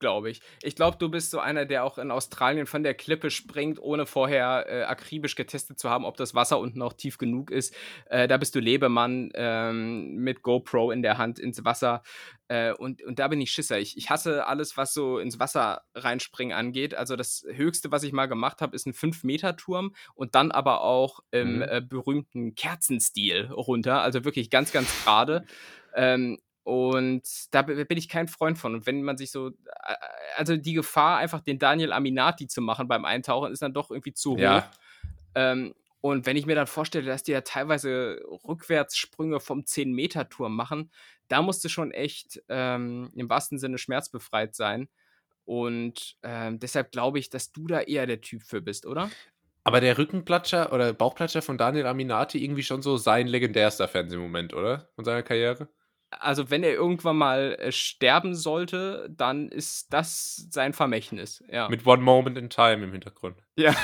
glaube ich. Ich glaube, du bist so einer, der auch in Australien von der Klippe springt, ohne vorher äh, akribisch getestet zu haben, ob das Wasser unten auch tief genug ist. Äh, da bist du Lebemann ähm, mit GoPro in der Hand ins Wasser. Äh, und, und da bin ich Schisser. Ich, ich hasse alles, was so ins Wasser reinspringen angeht. Also das Höchste, was ich mal gemacht habe, ist ein fünf Meter Turm und dann aber auch im Mhm. äh, berühmten Kerzenstil runter. Also wirklich ganz, ganz gerade. Ähm, und da b- bin ich kein Freund von. Und wenn man sich so, äh, also die Gefahr, einfach den Daniel Aminati zu machen beim Eintauchen, ist dann doch irgendwie zu hoch. Ja. Ähm, und wenn ich mir dann vorstelle, dass die ja teilweise Rückwärtssprünge vom zehn Meter Turm machen, da musst du schon echt ähm, im wahrsten Sinne schmerzbefreit sein. Und ähm, deshalb glaube ich, dass du da eher der Typ für bist, oder? Aber der Rückenplatscher oder Bauchplatscher von Daniel Aminati irgendwie schon so sein legendärster Fernsehmoment, oder? Von seiner Karriere? Also, wenn er irgendwann mal äh, sterben sollte, dann ist das sein Vermächtnis. Ja. Mit One Moment in Time im Hintergrund. Ja.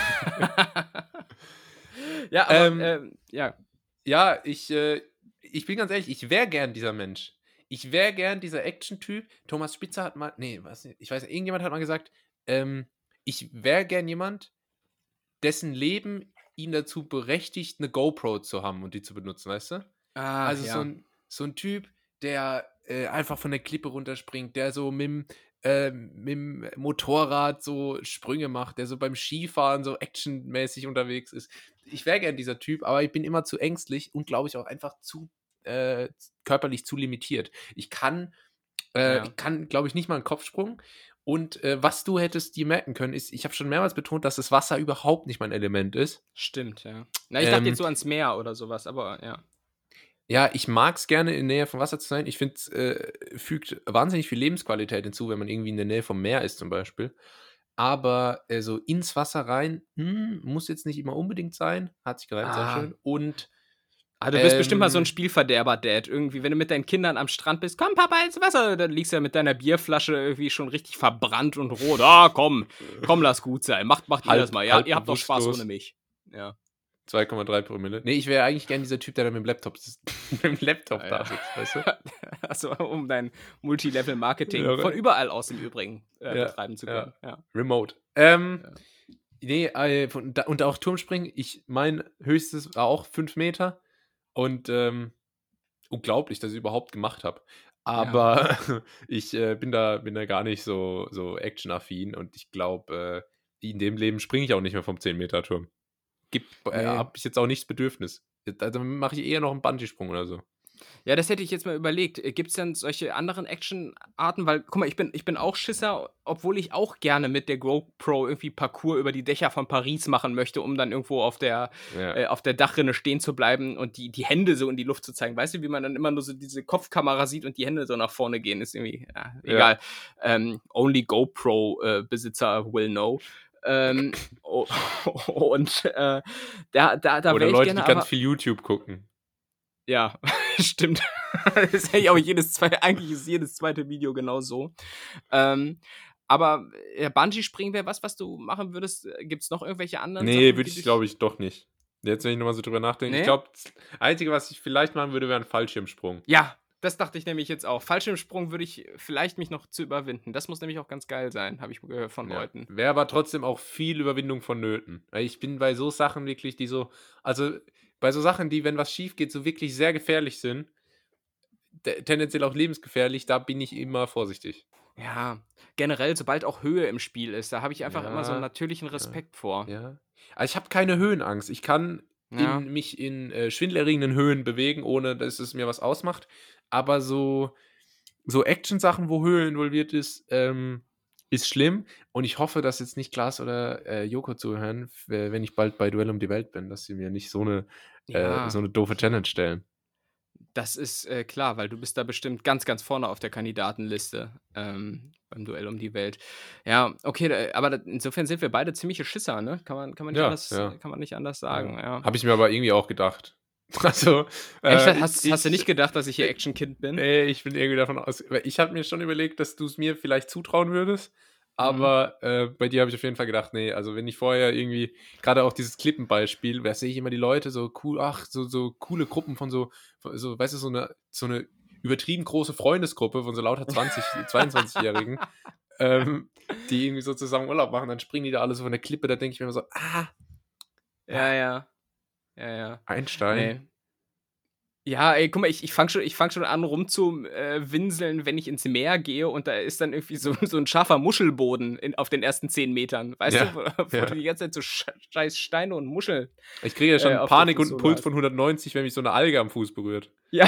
ja, aber Ähm, ähm, ja. Ja, ich, äh, ich bin ganz ehrlich, ich wäre gern dieser Mensch. Ich wäre gern dieser Action-Typ. Thomas Spitzer hat mal, nee, was, ich weiß, irgendjemand hat mal gesagt, ähm, ich wäre gern jemand, dessen Leben ihn dazu berechtigt, eine GoPro zu haben und die zu benutzen, weißt du? Ah, Also ja. so, ein, so ein Typ, der äh, einfach von der Klippe runterspringt, der so mit dem äh, mit dem Motorrad so Sprünge macht, der so beim Skifahren so actionmäßig unterwegs ist. Ich wäre gern dieser Typ, aber ich bin immer zu ängstlich und glaube ich auch einfach zu äh, körperlich zu limitiert. Ich kann, äh, Ja. ich kann, glaube ich, nicht mal einen Kopfsprung. Und äh, was du hättest dir merken können, ist, ich habe schon mehrmals betont, dass das Wasser überhaupt nicht mein Element ist. Stimmt, ja. Na, ich dachte Ähm, jetzt so ans Meer oder sowas, aber ja. Ja, ich mag es gerne, in der Nähe vom Wasser zu sein. Ich finde, es äh, fügt wahnsinnig viel Lebensqualität hinzu, wenn man irgendwie in der Nähe vom Meer ist zum Beispiel. Aber äh, so ins Wasser rein, hm, muss jetzt nicht immer unbedingt sein. Hat sich gereimt, sehr Ah. schön. Und Ah, du bist bestimmt mal so ein Ähm, Spielverderber-Dad. Irgendwie, wenn du mit deinen Kindern am Strand bist, komm, Papa, ins Wasser. Dann liegst du ja mit deiner Bierflasche irgendwie schon richtig verbrannt und rot. Ah, komm, komm, lass gut sein. Macht, macht ihr Halb- das mal. Ja, halb ihr habt doch Spaß bewusstlos. ohne mich. Ja. zwei Komma drei Promille. Nee, ich wäre eigentlich gern dieser Typ, der da mit dem Laptop, sitzt- mit dem Laptop Ah, da ja. sitzt, weißt du? Also, um dein Multilevel-Marketing Ja, von überall aus im Übrigen äh, Ja, betreiben zu ja. können. Ja. Remote. Ähm, Ja. Nee, äh, von, da, und auch Turmspringen. Ich, mein höchstes war auch fünf Meter. Und ähm, unglaublich, dass ich überhaupt gemacht habe. Aber ich äh, bin, da, bin da gar nicht so, so actionaffin. Und ich glaube, äh, in dem Leben springe ich auch nicht mehr vom zehn Meter Turm. Gibt, äh, Nee. habe ich jetzt auch nicht das Bedürfnis. Da da mache ich eher noch einen Bungee-Sprung oder so. Ja, das hätte ich jetzt mal überlegt. Gibt es denn solche anderen Action-Arten? Weil, guck mal, ich bin, ich bin auch Schisser, obwohl ich auch gerne mit der GoPro irgendwie Parcours über die Dächer von Paris machen möchte, um dann irgendwo auf der, Ja. äh, auf der Dachrinne stehen zu bleiben und die, die Hände so in die Luft zu zeigen. Weißt du, wie man dann immer nur so diese Kopfkamera sieht und die Hände so nach vorne gehen? Ist irgendwie, ja, egal. Ähm, only GoPro-Besitzer will know. Ähm, oh, und äh, da, da, da Oder wäre ich Leute, gerne die ganz aber... viel YouTube gucken. Ja, stimmt. Das ist eigentlich auch jedes zweite, eigentlich ist jedes zweite Video genau so. Ähm, aber ja, Bungee-Springen wäre was, was du machen würdest. Gibt es noch irgendwelche anderen Nee, Sachen, würde die ich, dich- glaube ich, doch nicht. Jetzt, wenn ich nochmal so drüber nachdenke. Nee? Ich glaube, das Einzige, was ich vielleicht machen würde, wäre ein Fallschirmsprung. Ja, das dachte ich nämlich jetzt auch. Fallschirmsprung würde ich vielleicht mich noch zu überwinden. Das muss nämlich auch ganz geil sein, habe ich gehört von Ja. Leuten. Wäre aber trotzdem auch viel Überwindung vonnöten. Weil ich bin bei so Sachen wirklich, die so, also bei so Sachen, die, wenn was schief geht, so wirklich sehr gefährlich sind, te- tendenziell auch lebensgefährlich, da bin ich immer vorsichtig. Ja, generell, sobald auch Höhe im Spiel ist, da habe ich einfach Ja, immer so einen natürlichen Respekt vor. Ja. Also ich habe keine Höhenangst. Ich kann Ja. in, mich in äh, schwindelerregenden Höhen bewegen, ohne dass es mir was ausmacht. Aber so, so Action-Sachen, wo Höhe involviert ist, ähm, ist schlimm. Und ich hoffe, dass jetzt nicht Klaas oder äh, Joko zuhören, f- äh, wenn ich bald bei Duell um die Welt bin, dass sie mir nicht so eine, Ja. äh, so eine doofe Challenge stellen. Das ist äh, klar, weil du bist da bestimmt ganz, ganz vorne auf der Kandidatenliste ähm, beim Duell um die Welt. Ja, okay, da, aber da, insofern sind wir beide ziemliche Schisser, ne? Kann man, kann man, nicht, Ja, anders, ja. kann man nicht anders sagen, ja. Habe ich mir aber irgendwie auch gedacht. Also, Echt? äh, hast, ich, hast du nicht gedacht, dass ich hier Action-Kind bin? Nee, ich bin irgendwie davon aus. weil Ich habe mir schon überlegt, dass du es mir vielleicht zutrauen würdest. Mhm. Aber äh, bei dir habe ich auf jeden Fall gedacht, nee, also wenn ich vorher irgendwie, gerade auch dieses Klippenbeispiel, da sehe ich immer die Leute so cool, ach, so, so coole Gruppen von so, so, weißt du, so eine, so eine übertrieben große Freundesgruppe von so lauter zwanzig, zweiundzwanzigjährigen. ähm, die irgendwie so zusammen Urlaub machen, dann springen die da alle so von der Klippe, da denke ich mir immer so, ah, Ja, ja. Ja, ja. Einstein. Nee. Ja, ey, guck mal, ich, ich fange schon, ich fang schon an rumzuwinseln, wenn ich ins Meer gehe und da ist dann irgendwie so, so ein scharfer Muschelboden in, auf den ersten zehn Metern. Weißt Ja, du, wo, wo ja. du die ganze Zeit so sch- scheiß Steine und Muscheln. Ich kriege ja schon Äh, auf Panik der und einen Puls Fußsohle von hundertneunzig, wenn mich so eine Alge am Fuß berührt. Ja.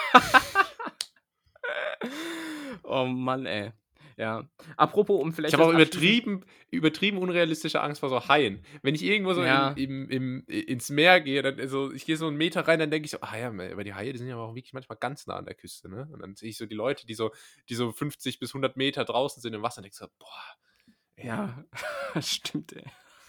Oh Mann, ey. Ja. Apropos, um vielleicht. Ich habe auch das abschließend- übertrieben, übertrieben unrealistische Angst vor so Haien. Wenn ich irgendwo so Ja. im, im, im, ins Meer gehe, dann, also ich gehe so einen Meter rein, dann denke ich so, ah ja, aber die Haie, die sind ja auch wirklich manchmal ganz nah an der Küste, ne? Und dann sehe ich so die Leute, die so, die so fünfzig bis hundert Meter draußen sind im Wasser, und denke so, boah, ey, Ja, stimmt, ey.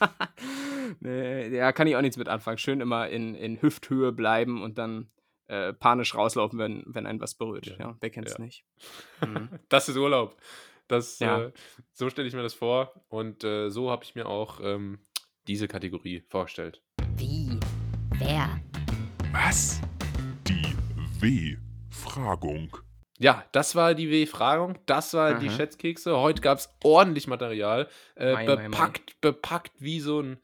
Nee, ja, kann ich auch nichts mit anfangen. Schön immer in, in Hüfthöhe bleiben und dann äh, panisch rauslaufen, wenn, wenn einen was berührt. Ja, Ja, wer kennt's ja. nicht? Mhm. Das ist Urlaub. Das, Ja. äh, so stelle ich mir das vor. Und äh, so habe ich mir auch ähm, diese Kategorie vorgestellt. Wie? Wer? Was? Die W-Fragung. Ja, das war die W-Fragung, das waren die Aha. Schätzkekse. Heute gab es ordentlich Material. Äh, Mei, mei, mei. bepackt, bepackt wie so ein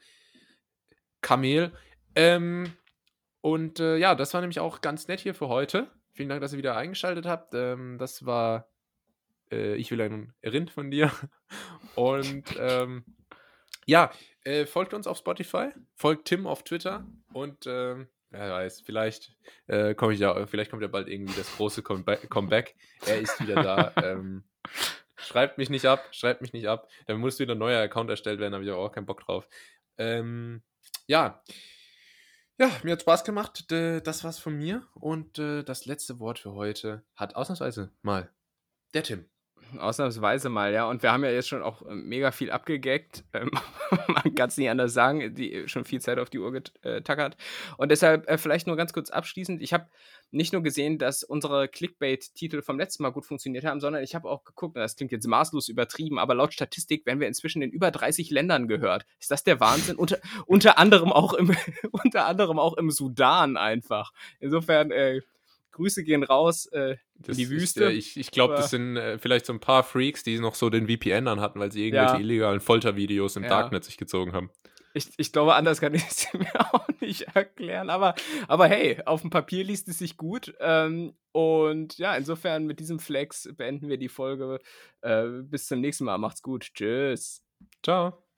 Kamel. Ähm, und äh, ja, das war nämlich auch ganz nett hier für heute. Vielen Dank, dass ihr wieder eingeschaltet habt. Ähm, das war äh, Ich will ein Rind von dir. Und ähm, ja, äh, folgt uns auf Spotify, folgt Tim auf Twitter und ähm, wer weiß, vielleicht äh, komme ich ja, vielleicht kommt ja bald irgendwie das große Comeback. Comeback. Er ist wieder da. ähm, schreibt mich nicht ab, schreibt mich nicht ab. Dann muss wieder ein neuer Account erstellt werden, habe ich aber auch keinen Bock drauf. Ähm, ja. Ja, mir hat Spaß gemacht. D- Das war's von mir. Und äh, das letzte Wort für heute hat ausnahmsweise mal der Tim. Ausnahmsweise mal, ja. Und wir haben ja jetzt schon auch äh, mega viel abgegaggt. Ähm, man kann es nicht anders sagen, die schon viel Zeit auf die Uhr getackert. Und deshalb äh, vielleicht nur ganz kurz abschließend. Ich habe nicht nur gesehen, dass unsere Clickbait-Titel vom letzten Mal gut funktioniert haben, sondern ich habe auch geguckt, und das klingt jetzt maßlos übertrieben, aber laut Statistik werden wir inzwischen in über dreißig Ländern gehört. Ist das der Wahnsinn? unter, unter, anderem auch im, unter anderem auch im Sudan einfach. Insofern, äh, Grüße gehen raus äh, in Das die ist, Wüste. äh, ich ich glaube, Aber- das sind äh, vielleicht so ein paar Freaks, die noch so den V P N anhatten, weil sie irgendwelche Ja. illegalen Foltervideos im Ja. Darknet sich gezogen haben. Ich, ich glaube, anders kann ich es mir auch nicht erklären. Aber, aber hey, auf dem Papier liest es sich gut. Ähm, und ja, insofern mit diesem Flex beenden wir die Folge. Äh, bis zum nächsten Mal. Macht's gut. Tschüss. Ciao.